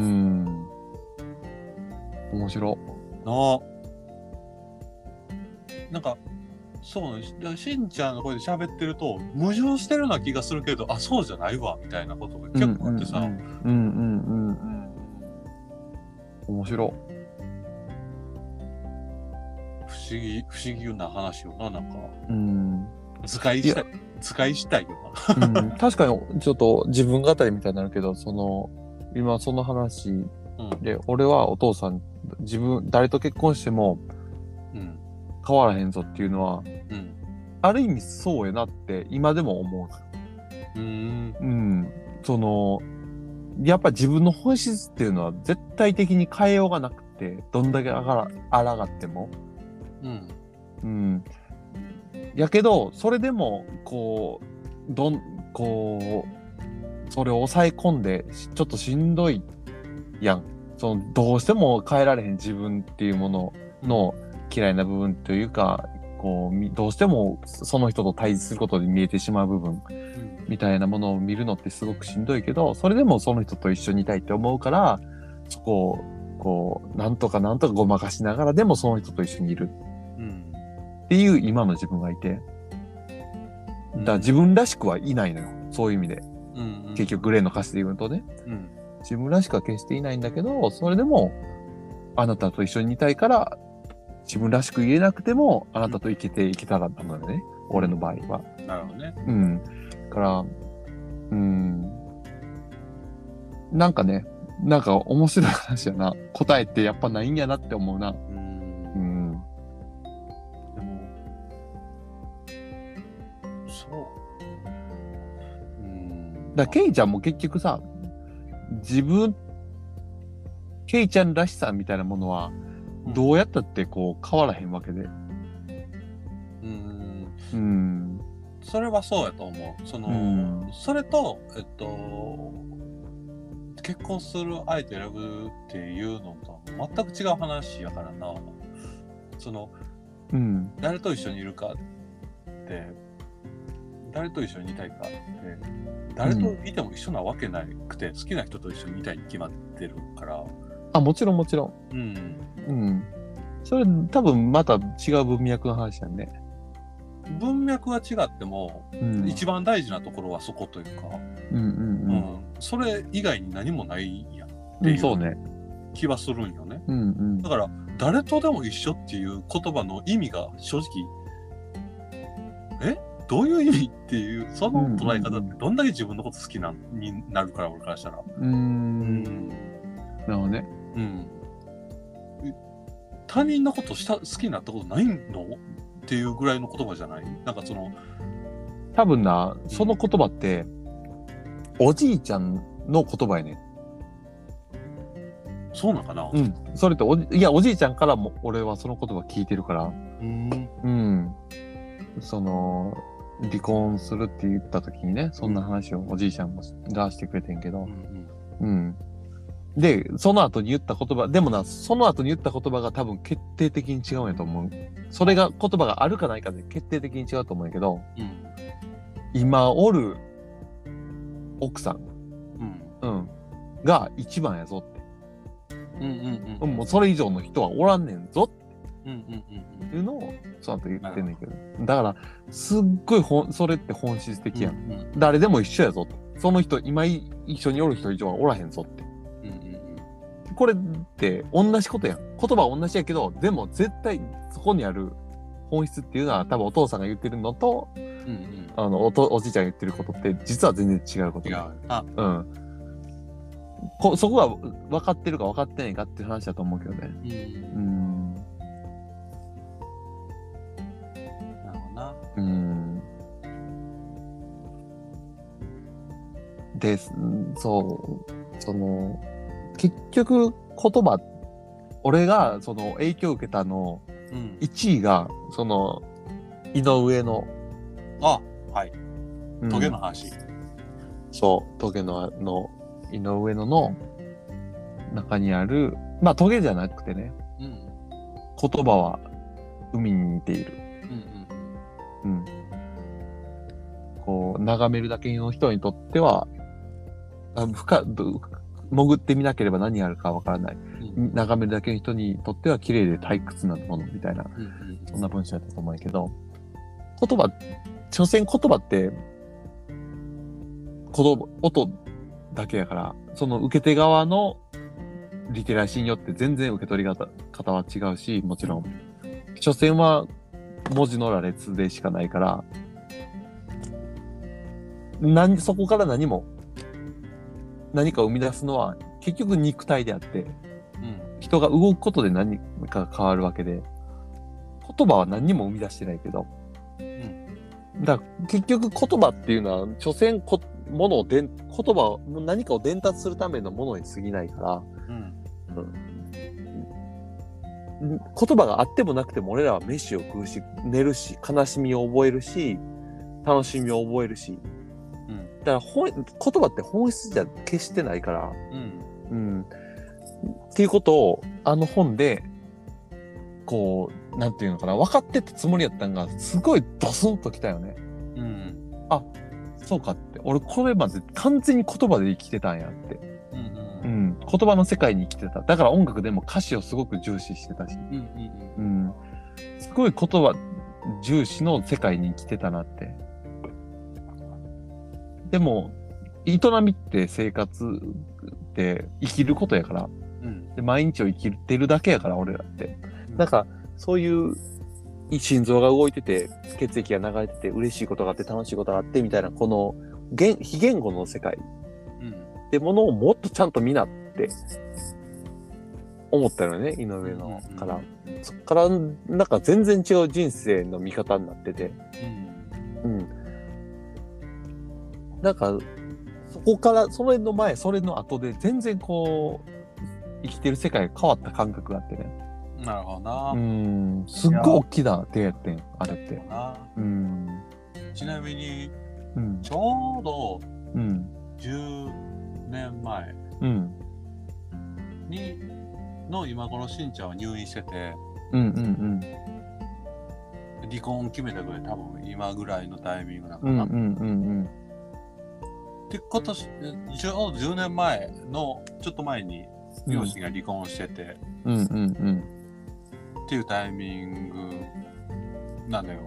面白なあ。なんか、そうね。しんちゃんの声で喋ってると、矛盾してるような気がするけど、あ、そうじゃないわ、みたいなことが結構あってさ。 面白。 不思議な話よな、なんか。使いしたいよな。確かに、ちょっと自分語りみたいになるけど、今その話で、俺はお父さん、誰と結婚しても、変わらへんぞっていうのは、ある意味そうやなって今でも思う。やっぱ自分の本質っていうのは絶対的に変えようがなくて、どんだけ抗っても。やけど、それでも、それを抑え込んで、ちょっとしんどいやん。どうしても変えられへん自分っていうものの嫌いな部分というか、どうしてもその人と対峙することで見えてしまう部分みたいなものを見るのってすごくしんどいけど、それでもその人と一緒にいたいって思うから、そこをなんとかごまかしながらでもその人と一緒にいるっていう今の自分がいて、だから自分らしくはいないのよ、そういう意味で。結局グレーの歌詞で言うとね、自分らしくは決していないんだけど、それでもあなたと一緒にいたいから、自分らしく言えなくてもあなたと生きていけたらったのよね、俺の場合は。 なるほどね。 だからなんかね、なんか面白い話やな。答えってやっぱないんやなって思うな。でも、そう。 だからケイちゃんも結局さ、ケイちゃんらしさみたいなものは、どうやったって変わらへんわけで。 それはそうやと思う。それと、結婚する相手選ぶっていうのとは全く違う話やからな。誰と一緒にいるかって、誰と一緒にいたいかって、誰といても一緒なわけなくて、好きな人と一緒にいたいに決まってるから。 もちろん。それ多分また違う文脈の話だね。 文脈は違っても、一番大事なところはそこというか、それ以外に何もないやんっていう気はするんよね。だから誰とでも一緒っていう言葉の意味が正直どういう意味っていう、その捉え方ってどんだけ自分のこと好きになるから、俺からしたら。なるほどね。 他人のこと好きになったことないのっていうぐらいの言葉じゃない？なんか多分な、その言葉って、おじいちゃんの言葉やね。 そうなんかな？ それっておじいちゃんからも俺はその言葉聞いてるから。離婚するって言った時にね、そんな話をおじいちゃんがしてくれてんけど。で、その後に言った言葉、でもな、その後に言った言葉が多分決定的に違うんやと思う。それが言葉があるかないかで決定的に違うと思うんやけど、今おる奥さん、が一番やぞって。もうそれ以上の人はおらんねんぞっていうのをその後言ってんねんけど。だから、すっごいそれって本質的やん。誰でも一緒やぞって。その人、今一緒におる人以上はおらへんぞって。 これって同じことやん。言葉は同じやけど、でも絶対そこにある本質っていうのは多分お父さんが言ってるのと、おじいちゃんが言ってることって実は全然違うこと。違う。そこが分かってるか分かってないかっていう話だと思うけどね。 なるほどな。 で、結局言葉、俺がその影響を受けたの、1位がその井上のトゲの話、 そうトゲの井上の中にあるトゲじゃなくてね、言葉は海に似ている、こう眺めるだけの人にとっては潜ってみなければ何があるかわからない、眺めるだけの人にとっては綺麗で退屈なものみたいな、そんな文章だったと思うけど、所詮言葉って音だけやから、その受け手側のリテラシーによって全然受け取り方は違うし、もちろん所詮は文字の羅列でしかないから、そこから何か生み出すのは結局肉体であって、人が動くことで何か変わるわけで、言葉は何にも生み出してないけど、だから結局言葉っていうのは所詮言葉を何かを伝達するためのものに過ぎないから、言葉があってもなくても俺らは飯を食うし、寝るし、悲しみを覚えるし、楽しみを覚えるし、だから言葉って本質じゃ決してないから、っていうことをあの本でこうなんていうのかな、分かってたつもりやったんがすごいドスンときたよね。あ、そうかって、俺これまで完全に言葉で生きてたんやって、言葉の世界に生きてた。だから音楽でも歌詞をすごく重視してたし、すごい言葉重視の世界に生きてたなって。でも営みって生活って生きることやから、で毎日を生きてるだけやから俺らって、なんかそういう心臓が動いてて血液が流れてて嬉しいことがあって楽しいことがあってみたいな、この非言語の世界ってものをもっとちゃんと見なって思ったよね、井上のから、そっからなんか全然違う人生の見方になってて、なんかそこからそれの前それの後で全然こう生きてる世界が変わった感覚があってね。 なるほどな。 すっごい大きな出会いやってんあれって。 ちなみに、ちょうど10年前にの今頃しんちゃんは入院してて、離婚決めたぐらい多分今ぐらいのタイミングなのかな。で今年ちょうど10年前のちょっと前に両親が離婚してて、っていうタイミングなのよ。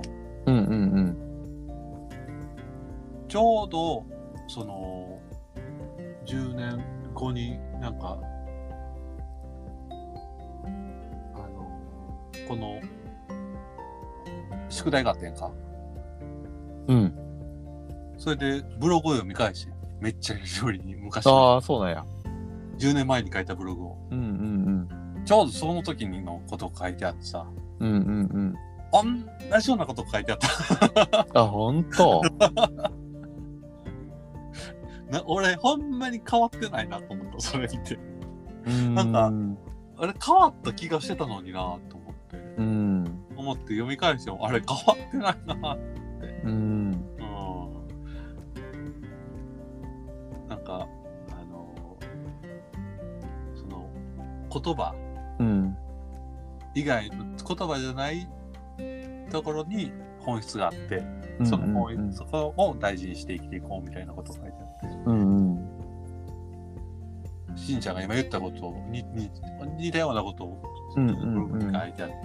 ちょうどその10年後になんかこの宿題があってんか。それでブログを読み返し、めっちゃ料理に昔の。 そうなんや。 10年前に書いたブログを。ちょうどその時のこと書いてあってさ。同じようなこと書いてあった。 ほんと俺ほんまに変わってないなと思った、それ見て。なんか、あれ変わった気がしてたのになと思って読み返しても、あれ変わってないなって。なんかその言葉以外の言葉じゃないところに本質があって、そこを大事にして生きていこうみたいなことが書いてあって、しんちゃんが今言ったことに似たようなことをブログに書いてあって、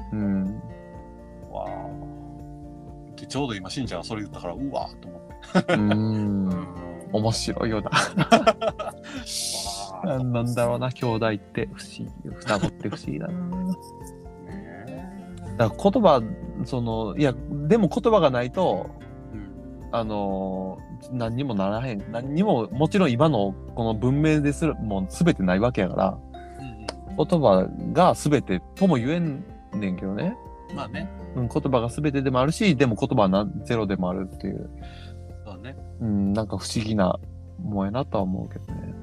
わーでちょうど今しんちゃんがそれ言ったからうわーと思って面白いよななんだろうな、兄弟って不思議、双子って不思議だな。だから言葉、いや、でも言葉がないと、何にもならへん。何にも、もちろん今のこの文明でする、もう全てないわけやから、言葉が全てとも言えんねんけどね。 まあね。 言葉が全てでもあるし、でも言葉はゼロでもあるっていう。 そうね。 なんか不思議なもんやなとは思うけどね。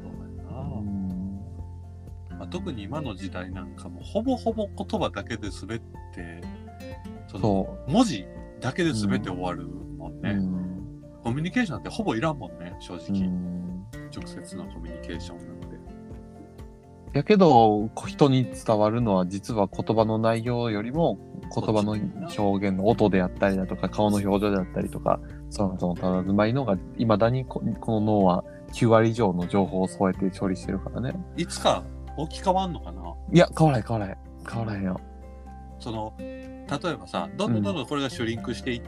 まあ、特に今の時代なんかもほぼほぼ言葉だけで全て、文字だけで全て終わるもんね。コミュニケーションってほぼいらんもんね、正直。直接のコミュニケーションなんて。 やけど、人に伝わるのは実は言葉の内容よりも言葉の表現の音であったりだとか、顔の表情であったりとか、その佇まいのが、未だにこの脳は9割以上の情報を添えて処理してるからね。 いつか置き換わんのかな？いや、変わらへんよ。 例えばさ、どんどんこれがシュリンクしていって、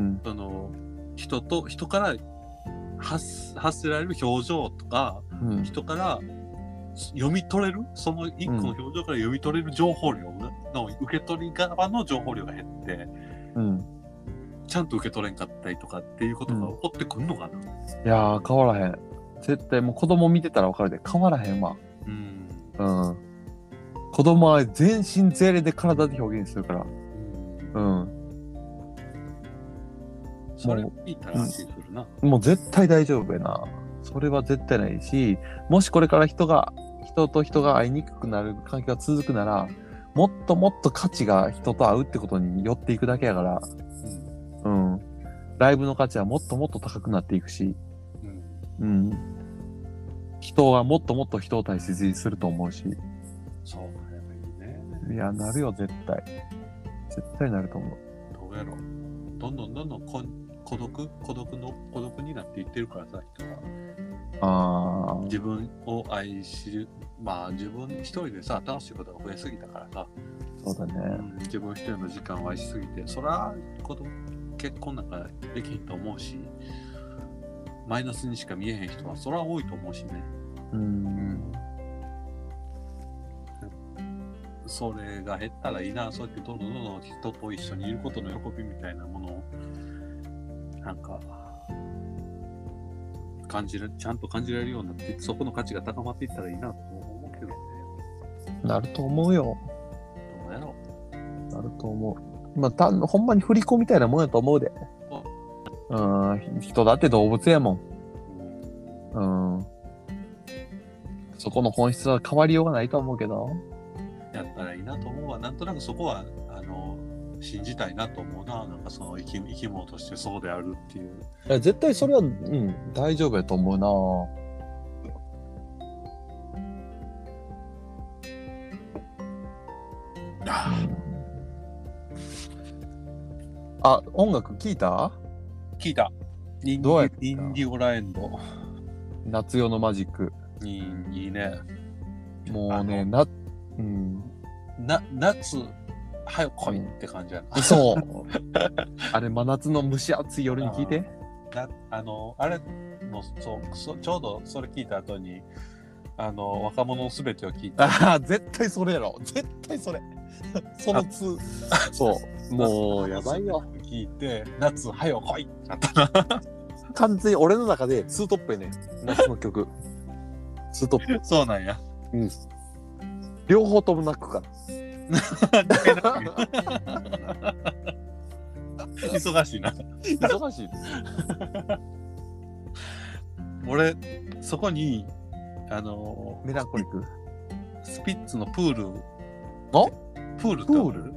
人から発せられる表情とか、人から読み取れる、その一個の表情から読み取れる情報量の受け取り側の情報量が減って、ちゃんと受け取れんかったりとかっていうことが起こってくんのかな？ いやー、変わらへん。絶対もう子供見てたら分かるで、変わらへんわ。子供は全身全霊で体で表現するから。 それいいたら安心するな。 もう絶対大丈夫やな。それは絶対ないし、もしこれから人と人が会いにくくなる環境が続くなら、もっともっと価値が人と会うってことに寄っていくだけやから、ライブの価値はもっともっと高くなっていくし、人はもっともっと人を大切にすると思うし。 そうなればいいね。 いや、なるよ、絶対。絶対なると思う。 どうやろう。どんどん孤独になっていってるからさ、人は。自分を愛しる、まあ自分一人でさ、楽しいことが増えすぎたからさ。 そうだね。 自分一人の時間を愛しすぎて、そら結婚なんかできへんと思うし、マイナスにしか見えへん人はそら多いと思うしね。それが減ったらいいな。そうやってどんどん人と一緒にいることの喜びみたいなものをなんかちゃんと感じられるようになって、そこの価値が高まっていったらいいなと思うけどね。なると思うよ。 どうやろう。なると思う。まあほんまに振り子みたいなもんやと思うで。人だって動物やもん。そこの本質は変わりようがないと思うけど。 やったらいいなと思うわ。なんとなくそこは信じたいなと思うな。なんかその生き物としてそうであるっていう。 いや絶対それは大丈夫やと思うな。音楽聞いた？ 聞いた。インディゴラエンド。 夏夜のマジック。 いいね。 もうね、 夏、早く来いって感じやな。 そう。あれ、真夏の蒸し暑い夜に聞いて。 あれもちょうどそれ聞いた後に、若者のすべてを聞いた。 絶対それやろ。絶対それ。そう。もう、やばいよ。 聞いて、夏、早く来いってなったな。 完全に俺の中でツートップやね。夏の曲。ツートップ。 そうなんや。 両方とも泣くから。 忙しいな。 忙しい。 俺、そこに、 メランコリックスピッツのプール。プールってプール？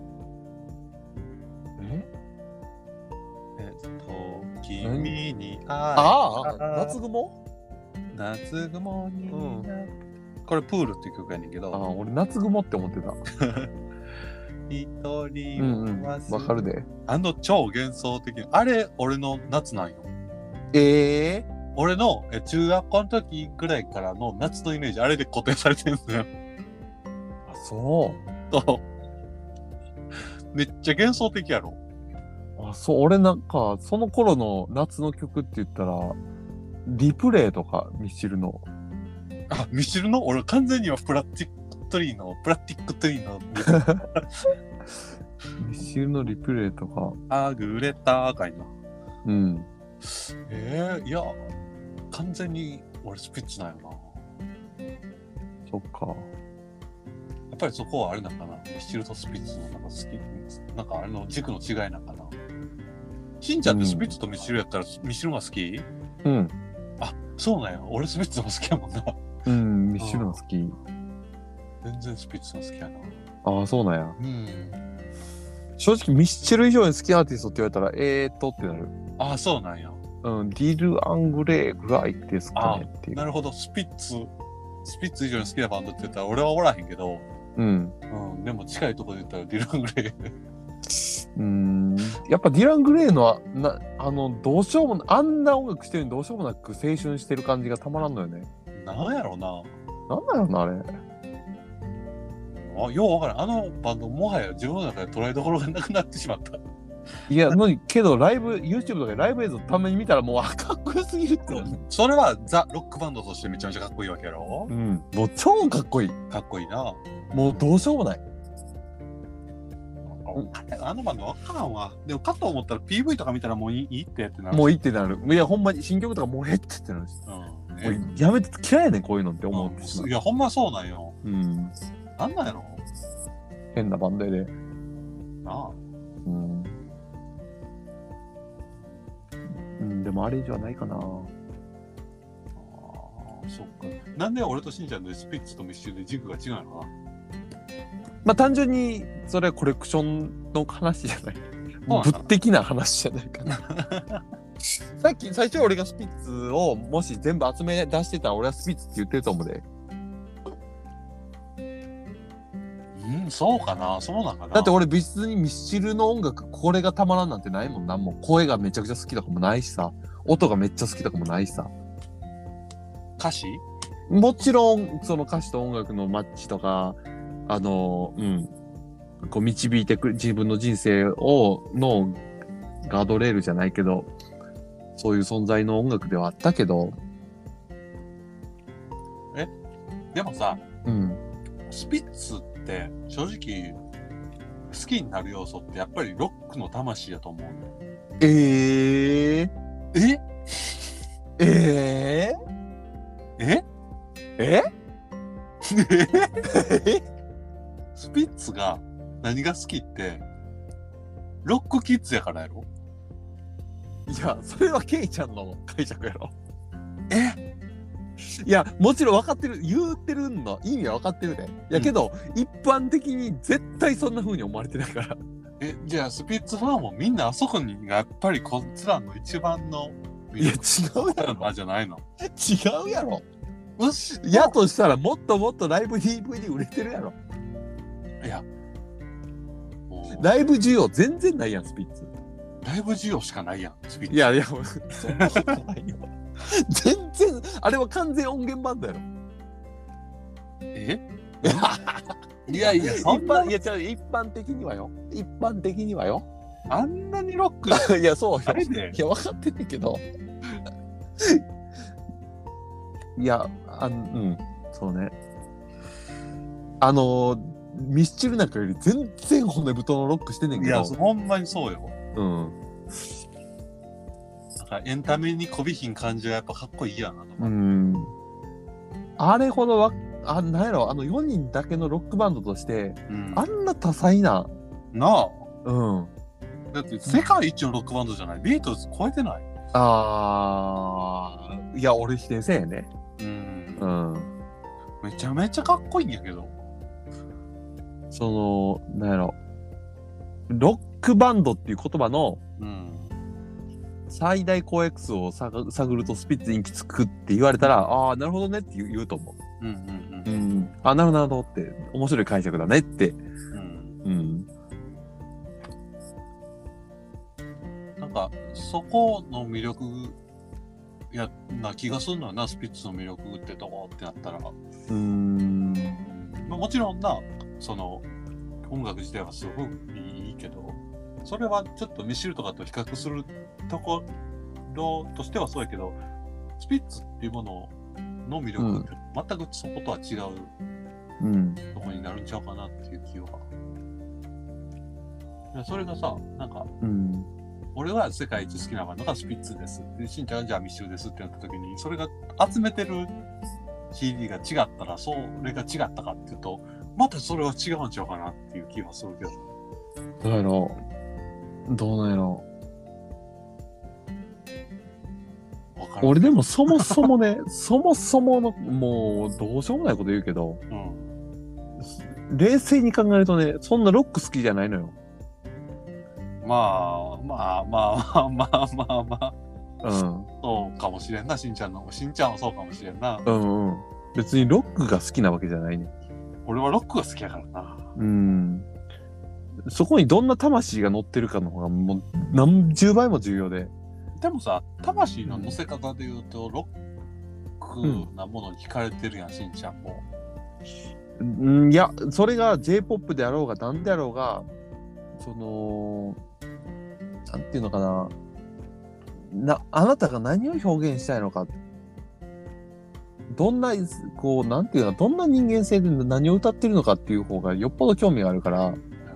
君に夏雲？ 夏雲にこれプールっていう曲やねんけど。 俺夏雲って思ってた。 一人わかるで。 超幻想的な。あれ、俺の夏なんよ。 俺の中学校の時ぐらいからの夏のイメージ、あれで固定されてるんですよ。 そう。 めっちゃ幻想的やろ。 俺なんか、その頃の夏の曲って言ったら、リプレイとかミスチルの。 あ、ミシルの俺完全にはプラティックトリーのミシルのリプレイとか。 あぐれたかいな。 うん。 いや、完全に俺スピッツなんよな。 そっか。 やっぱりそこはあれなんかな。ミシルとスピッツのなんか好き、なんかあれの軸の違いなんかな。しんちゃんってスピッツとミシルやったらミシルが好き？ うん。 あ、そうなんや。俺スピッツも好きやもんな。 うん、ミシルが好き。 全然スピッツが好きやな。 ああ、そうなんや。 うん。 正直ミシル以上に好きなアーティストって言われたら、ってなる。 ああ、そうなんや。 うん、ディル・アングレーぐらいですかねっていう。 なるほど。スピッツ以上に好きなバンドって言ったら俺はおらへんけど、うん。でも近いところで言ったらディル・アングレー。やっぱディラン・グレーのどうしようもあんな音楽してるのにどうしようもなく青春してる感じがたまらんのよね。 なんやろうな。 なんだろうな、あれ。 ようわからん。あのバンドもはや自分の中で捉えどころがなくなってしまった。 いや、けどライブ、YouTube とかでライブ映像たまに見たらもうかっこよすぎるって。 それはザ・ロックバンドとしてめちゃめちゃかっこいいわけやろ？ うん。もう超かっこいい。 かっこいいな。 もうどうしようもない。 あのバンドわからんわ。でもかと思ったら PV とか見たらもういいってなる。 もういいってなる。いや、ほんまに新曲とかもうってなるし。もうやめて、嫌いやねん、こういうのって思う。 いや、ほんまそうなんよ。なんなんやろ？ 変なバンドやで。 なあ。 でもあれ以上はないかな。 そっか。なんで俺としんちゃんでスピッツとミッシュで軸が違うのかな。 まあ単純にそれはコレクションの話じゃない。物的な話じゃないかな。最初俺がスピッツをもし全部集め出してたら俺はスピッツって言ってると思うで。 そうかな、そうなんかな。 だって俺別にミッシルの音楽これがたまらんなんてないもん。なんも声がめちゃくちゃ好きとかもないしさ、音がめっちゃ好きとかもないしさ。 歌詞？ もちろんその歌詞と音楽のマッチとかこう導いてくる自分の人生のガードレールじゃないけど、そういう存在の音楽ではあったけど。 でもさ、スピッツって正直好きになる要素ってやっぱりロックの魂だと思うスピッツが何が好きってロックキッズやからやろ？ いや、それはケイちゃんの解釈やろ。いや、もちろん分かってる、言ってるの意味は分かってるで。やけど、一般的に絶対そんな風に思われてないから。 じゃあスピッツファンもみんなあそこにやっぱりこいつらの一番のいや違うやろじゃないの？ 違うやろ。やとしたらもっともっとライブ DVD 売れてるやろ。 いや、 ライブ需要全然ないやん、スピッツ。 ライブ需要しかないやん、スピッツ。 いやそんなことないよ。全然あれは完全音源バンドやろ。いや一般的にはよ。一般的にはよ。 あんなにロックいやそうよ。 あれで。 いや分かってんねんけど。いやそうね。ミスチルなんかより全然骨太のロックしてんねんけど。 いやほんまにそうよ。なんかエンタメにこびひん感じがやっぱかっこいいやな。 あれほどなんやろ、4人だけのロックバンドとして、あんな多彩な。 なあ。だって世界一のロックバンドじゃない？ビートルズ超えてない？ いや、俺否定せんやね。 めちゃめちゃかっこいいんやけど。 なんやろ。ロックバンドっていう言葉の、最大公約数を探るとスピッツ人気つくって言われたら、なるほどねって言うと思う。なるほどって面白い解釈だねって。 なんかそこの魅力な気がするのよな、スピッツの魅力ってとこってなったら。もちろんな、その音楽自体はすごくいいけど、それはちょっとミシルとかと比較するところとしてはそうやけど、スピッツっていうものの魅力って全くそことは違うとこになるんちゃうかなっていう気は。それがさ、なんか、俺は世界一好きなバンドがスピッツです。で、しんちゃんはじゃあミッシュルですってなった時に、それが集めてる CD が違ったら、それが違ったかっていうと、またそれは違うんちゃうかなっていう気はするけど。 どうやろう。どうなんやろう。俺でもそもそもね、そもそもの、もうどうしようもないこと言うけど、冷静に考えるとね、そんなロック好きじゃないのよ。 まあ。そうかもしれんな、しんちゃんはそうかもしれんな。 別にロックが好きなわけじゃないね。 俺はロックが好きやからな。 そこにどんな魂が乗ってるかの方がもう何十倍も重要で。 でもさ、魂の乗せ方で言うと、ロックなものに惹かれてるやん、しんちゃんも。 いや、それが J-POP であろうが何であろうが、なんていうのかな、あなたが何を表現したいのか、どんな、なんていうの、どんな人間性で何を歌ってるのかっていう方がよっぽど興味があるから、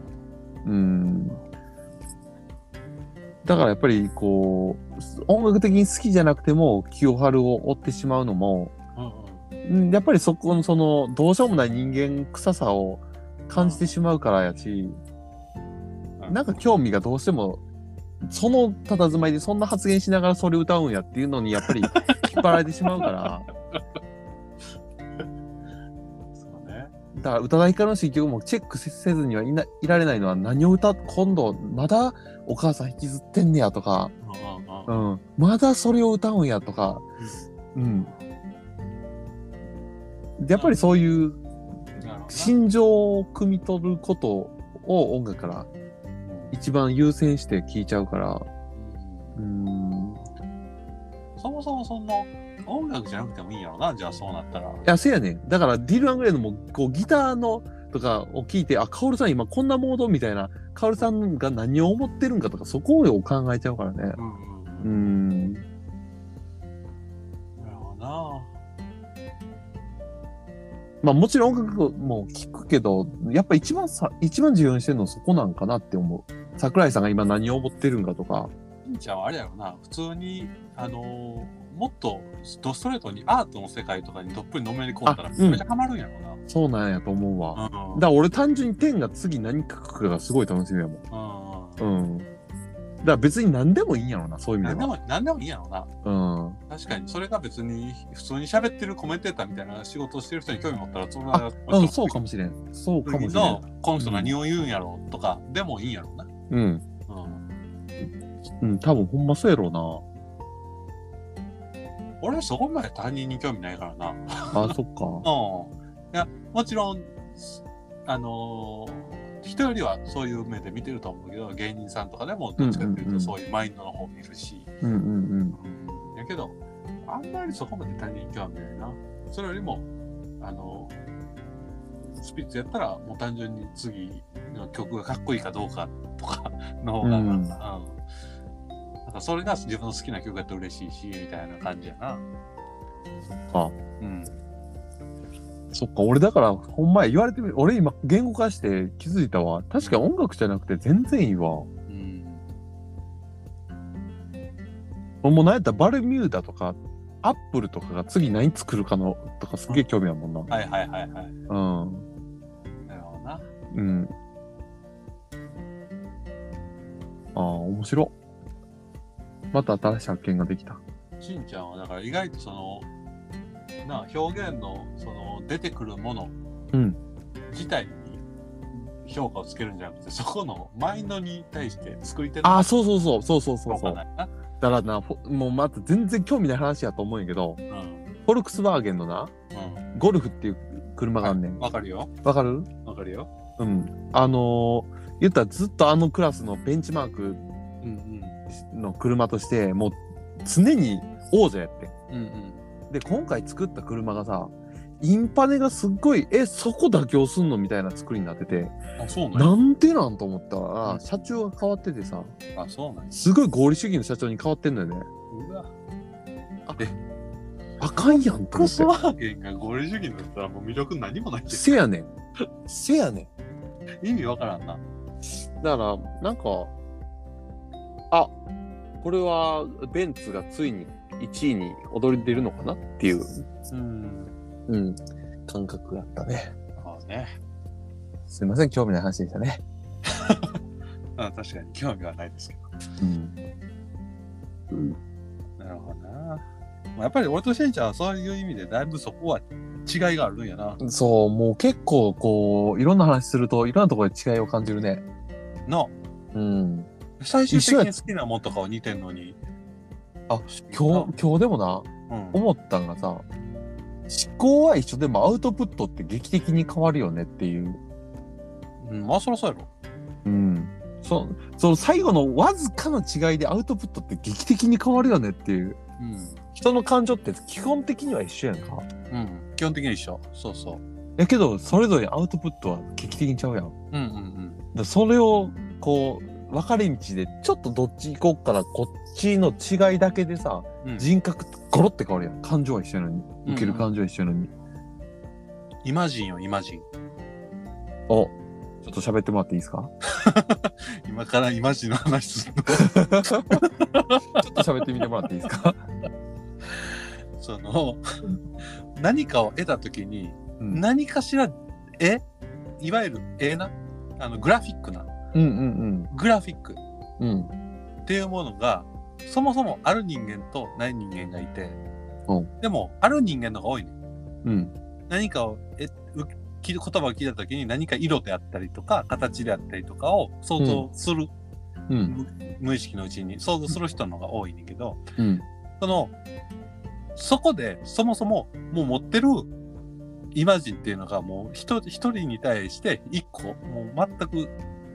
だからやっぱり音楽的に好きじゃなくても清春を追ってしまうのも、やっぱりそこのどうしようもない人間臭さを感じてしまうからやし、なんか興味がどうしてもその佇まいでそんな発言しながらそれ歌うんやっていうのにやっぱり引っ張られてしまうからそうね。 だから宇多田ヒカルの新曲もチェックせずにはいられないのは、何を今度まだお母さん引きずってんねやとか、まだそれを歌うんやとか、やっぱりそういう心情を汲み取ることを音楽から一番優先して聴いちゃうから、 そもそもそんな音楽じゃなくてもいいんやろな、じゃあそうなったら。いや、せやねん。だからディル・アングレイのもギターのとかを聞いて、カオルさん今こんなモードみたいな、カオルさんが何を思ってるんかとか、そこを考えちゃうからね。なるほどな。 まあもちろん音楽も聴くけど、やっぱ一番重要にしてるのはそこなんかなって思う。桜井さんが今何を思ってるんかとか。 じゃああれやろな、普通にもっとドストレートにアートの世界とかにどっぷりのめり込んだらめっちゃハマるんやろな。 そうなんやと思うわ。だから俺単純に天が次何書くかがすごい楽しみやもん。だから別に何でもいいんやろな、そういう意味では。 何でもいいんやろな。確かにそれが別に普通に喋ってるコメンテーターみたいな仕事をしてる人に興味持ったらそれはそうかもしれん。そうかもしれん。 この人何を言うんやろとかでもいいんやろな。 多分ほんまそうやろうな。 俺そこまで他人に興味ないからな。 そっか。 いや、もちろん人よりはそういう目で見てると思うけど、芸人さんとかでもどっちかっていうとそういうマインドの方見るし、やけどあんまりそこまで他人に興味ないな。それよりもスピッツやったらもう単純に次の曲がかっこいいかどうかとかの方が、なんかそれが自分の好きな曲やったら嬉しいしみたいな感じやな。 そっか、俺だからほんまや言われてみる。俺今言語化して気づいたわ。確かに音楽じゃなくて全然いいわ。もう何やったらバルミューダとかアップルとかが次何作るかのとかすげえ興味あるもんな。 なるほどな。 面白。また新しい発見ができた。 しんちゃんはだから意外と表現の出てくるもの自体に評価をつけるんじゃなくて、そこのマインドに対して作り手のそう。だからな、もうまた全然興味ない話やと思うんやけど、フォルクスワーゲンのな、ゴルフっていう車があんねん。 わかるよ。 わかる？ わかるよ。 言ったらずっとクラスのベンチマークの車としてもう常に王者やって。で今回作った車がさ、インパネがすっごいそこ妥協すんのみたいな作りになってて、なんでなんと思ったら、社長が変わっててさ、 そうなんすごい合理主義の社長に変わってんのよね。 あかんやんとフォックスワーゲンが合理主義になったらもう魅力何もないけど。 せやねん。せやねん。意味わからんな。 だからなんかこれはベンツがついに1位に躍り出るのかなっていう感覚があったね。 ね。 すいません、興味ない話でしたね。 確かに興味はないですけど。なるほどな。やっぱり俺としんちゃんはそういう意味でだいぶそこは違いがあるんやな。 そう、もう結構こういろんな話するといろんなところで違いを感じるね。 最終的に好きなもんとかは似てんのに。 今日でもな、思ったんがさ、思考は一緒でもアウトプットって劇的に変わるよねっていう。 まあそりゃそうやろ。 その最後のわずかな違いでアウトプットって劇的に変わるよねっていう。人の感情って基本的には一緒やんか。 基本的に一緒。そうそう。 やけどそれぞれアウトプットは劇的にちゃうやん。だそれをこう分かれ道でちょっとどっち行こうからこっちの違いだけでさ、人格ゴロって変わるやん。感情は一緒やのに、受ける感情は一緒やのに。 イマジンよ、イマジン。 ちょっと喋ってもらっていいですか？ 今からイマジンの話するの。 ちょっと喋ってみてもらっていいですか？ 何かを得たときに、何かしらいわゆるグラフィックな、グラフィックっていうものがそもそもある人間とない人間がいて、でもある人間の方が多いね。何かを言葉を聞いたときに何か色であったりとか形であったりとかを想像する、無意識のうちに想像する人の方が多いねんけど、そこでそもそももう持ってるイマジンっていうのがもう一人に対して一個もう全く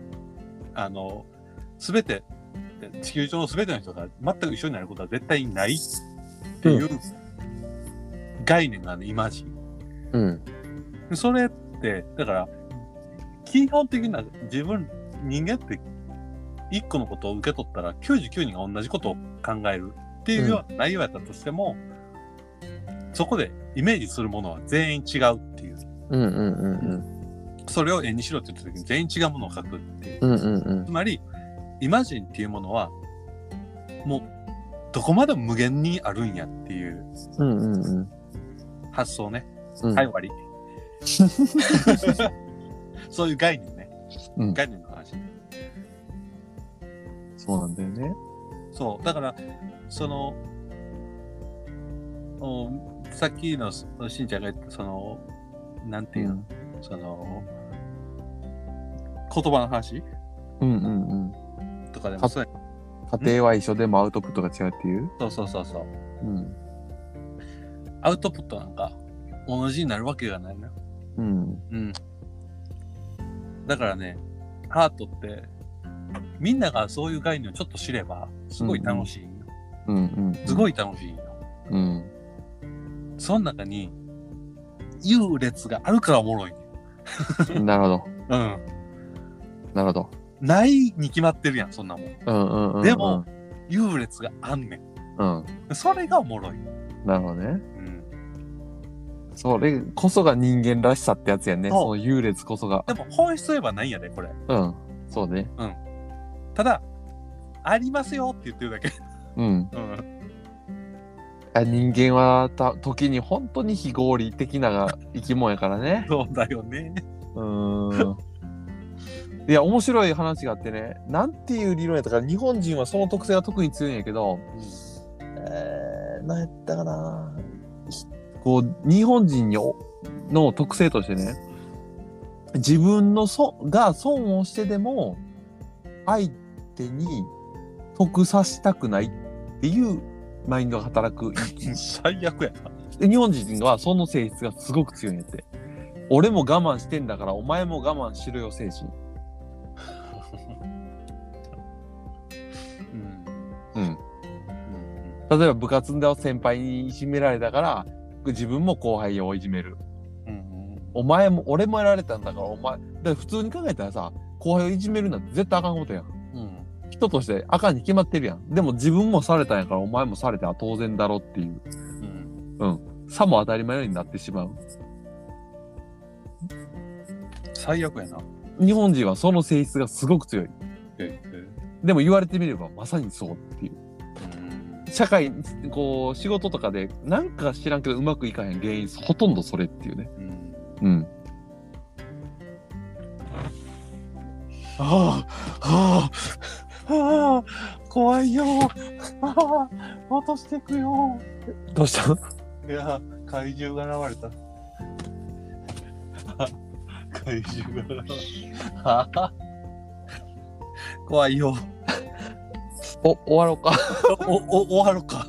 全て地球上の全ての人が全く一緒になることは絶対にないっていう概念がね、イマジン。それってだから基本的な人間って一個のことを受け取ったら99人が同じことを考えるっていうような内容やったとしても、そこでイメージするものは全員違うっていう。それを絵にしろって言った時に全員違うものを描くっていう。つまりイマジンっていうものはもうどこまでも無限にあるんやっていう発想ね。はい、終わり。そういう概念ね。概念の話。 そうなんだよね。 そう。だからさっきのしんちゃんが言ったなんていうの、言葉の話とかでもそうや。 家庭は一緒でもアウトプットが違うっていう。 そう。アウトプットなんか同じになるわけがないのよ。だからね、アートってみんながそういう概念をちょっと知ればすごい楽しいよ。すごい楽しいよ。その中に優劣があるからおもろいね。 なるほど。なるほど。 ないに決まってるやん、そんなもん。でも優劣があんねん。それがおもろい。 なるほどね。それこそが人間らしさってやつやね。その優劣こそが。でも本質といえばないんやで、これ。 そうね。 ただありますよって言ってるだけ。 人間は時に本当に非合理的な生き物やからね。 そうだよね。 いや面白い話があってね、なんていう理論やったか、日本人はその特性が特に強いんやけど、何やったかな、こう日本人の特性としてね、自分のが損をしてでも相手に得させたくないっていうマインドが働く。 最悪やな。日本人はその性質がすごく強いんやって。俺も我慢してんだからお前も我慢しろよ精神。例えば部活で先輩にいじめられたから自分も後輩をいじめる。お前も俺もやられたんだからお前。だ普通に考えたらさ、後輩をいじめるなんて絶対あかんことやん。人としてあかんに決まってるやん。でも自分もされたんやからお前もされては当然だろっていう。 さも当たり前になってしまう。 最悪やな。 日本人はその性質がすごく強い。でも言われてみればまさにそうっていう。社会、こう、仕事とかでなんか知らんけどうまくいかへん原因、ほとんどそれっていうね。怖いよ。落としていくよ。どうしたの？ いや、怪獣が現れた。怪獣が現れた。怖いよ。 終わろうか。 終わろうか。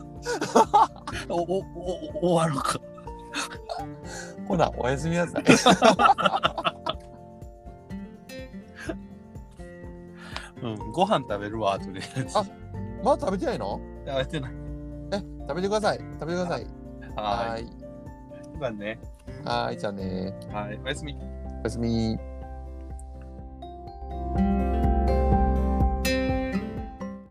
終わろうか。 ほな、おやすみなさい。 ご飯食べるわ、とりあえず。 まだ食べてないの？ 食べてない。 食べてください。食べてください。 はい。じゃあね。 はい、じゃあね。 はい、おやすみ。 おやすみ。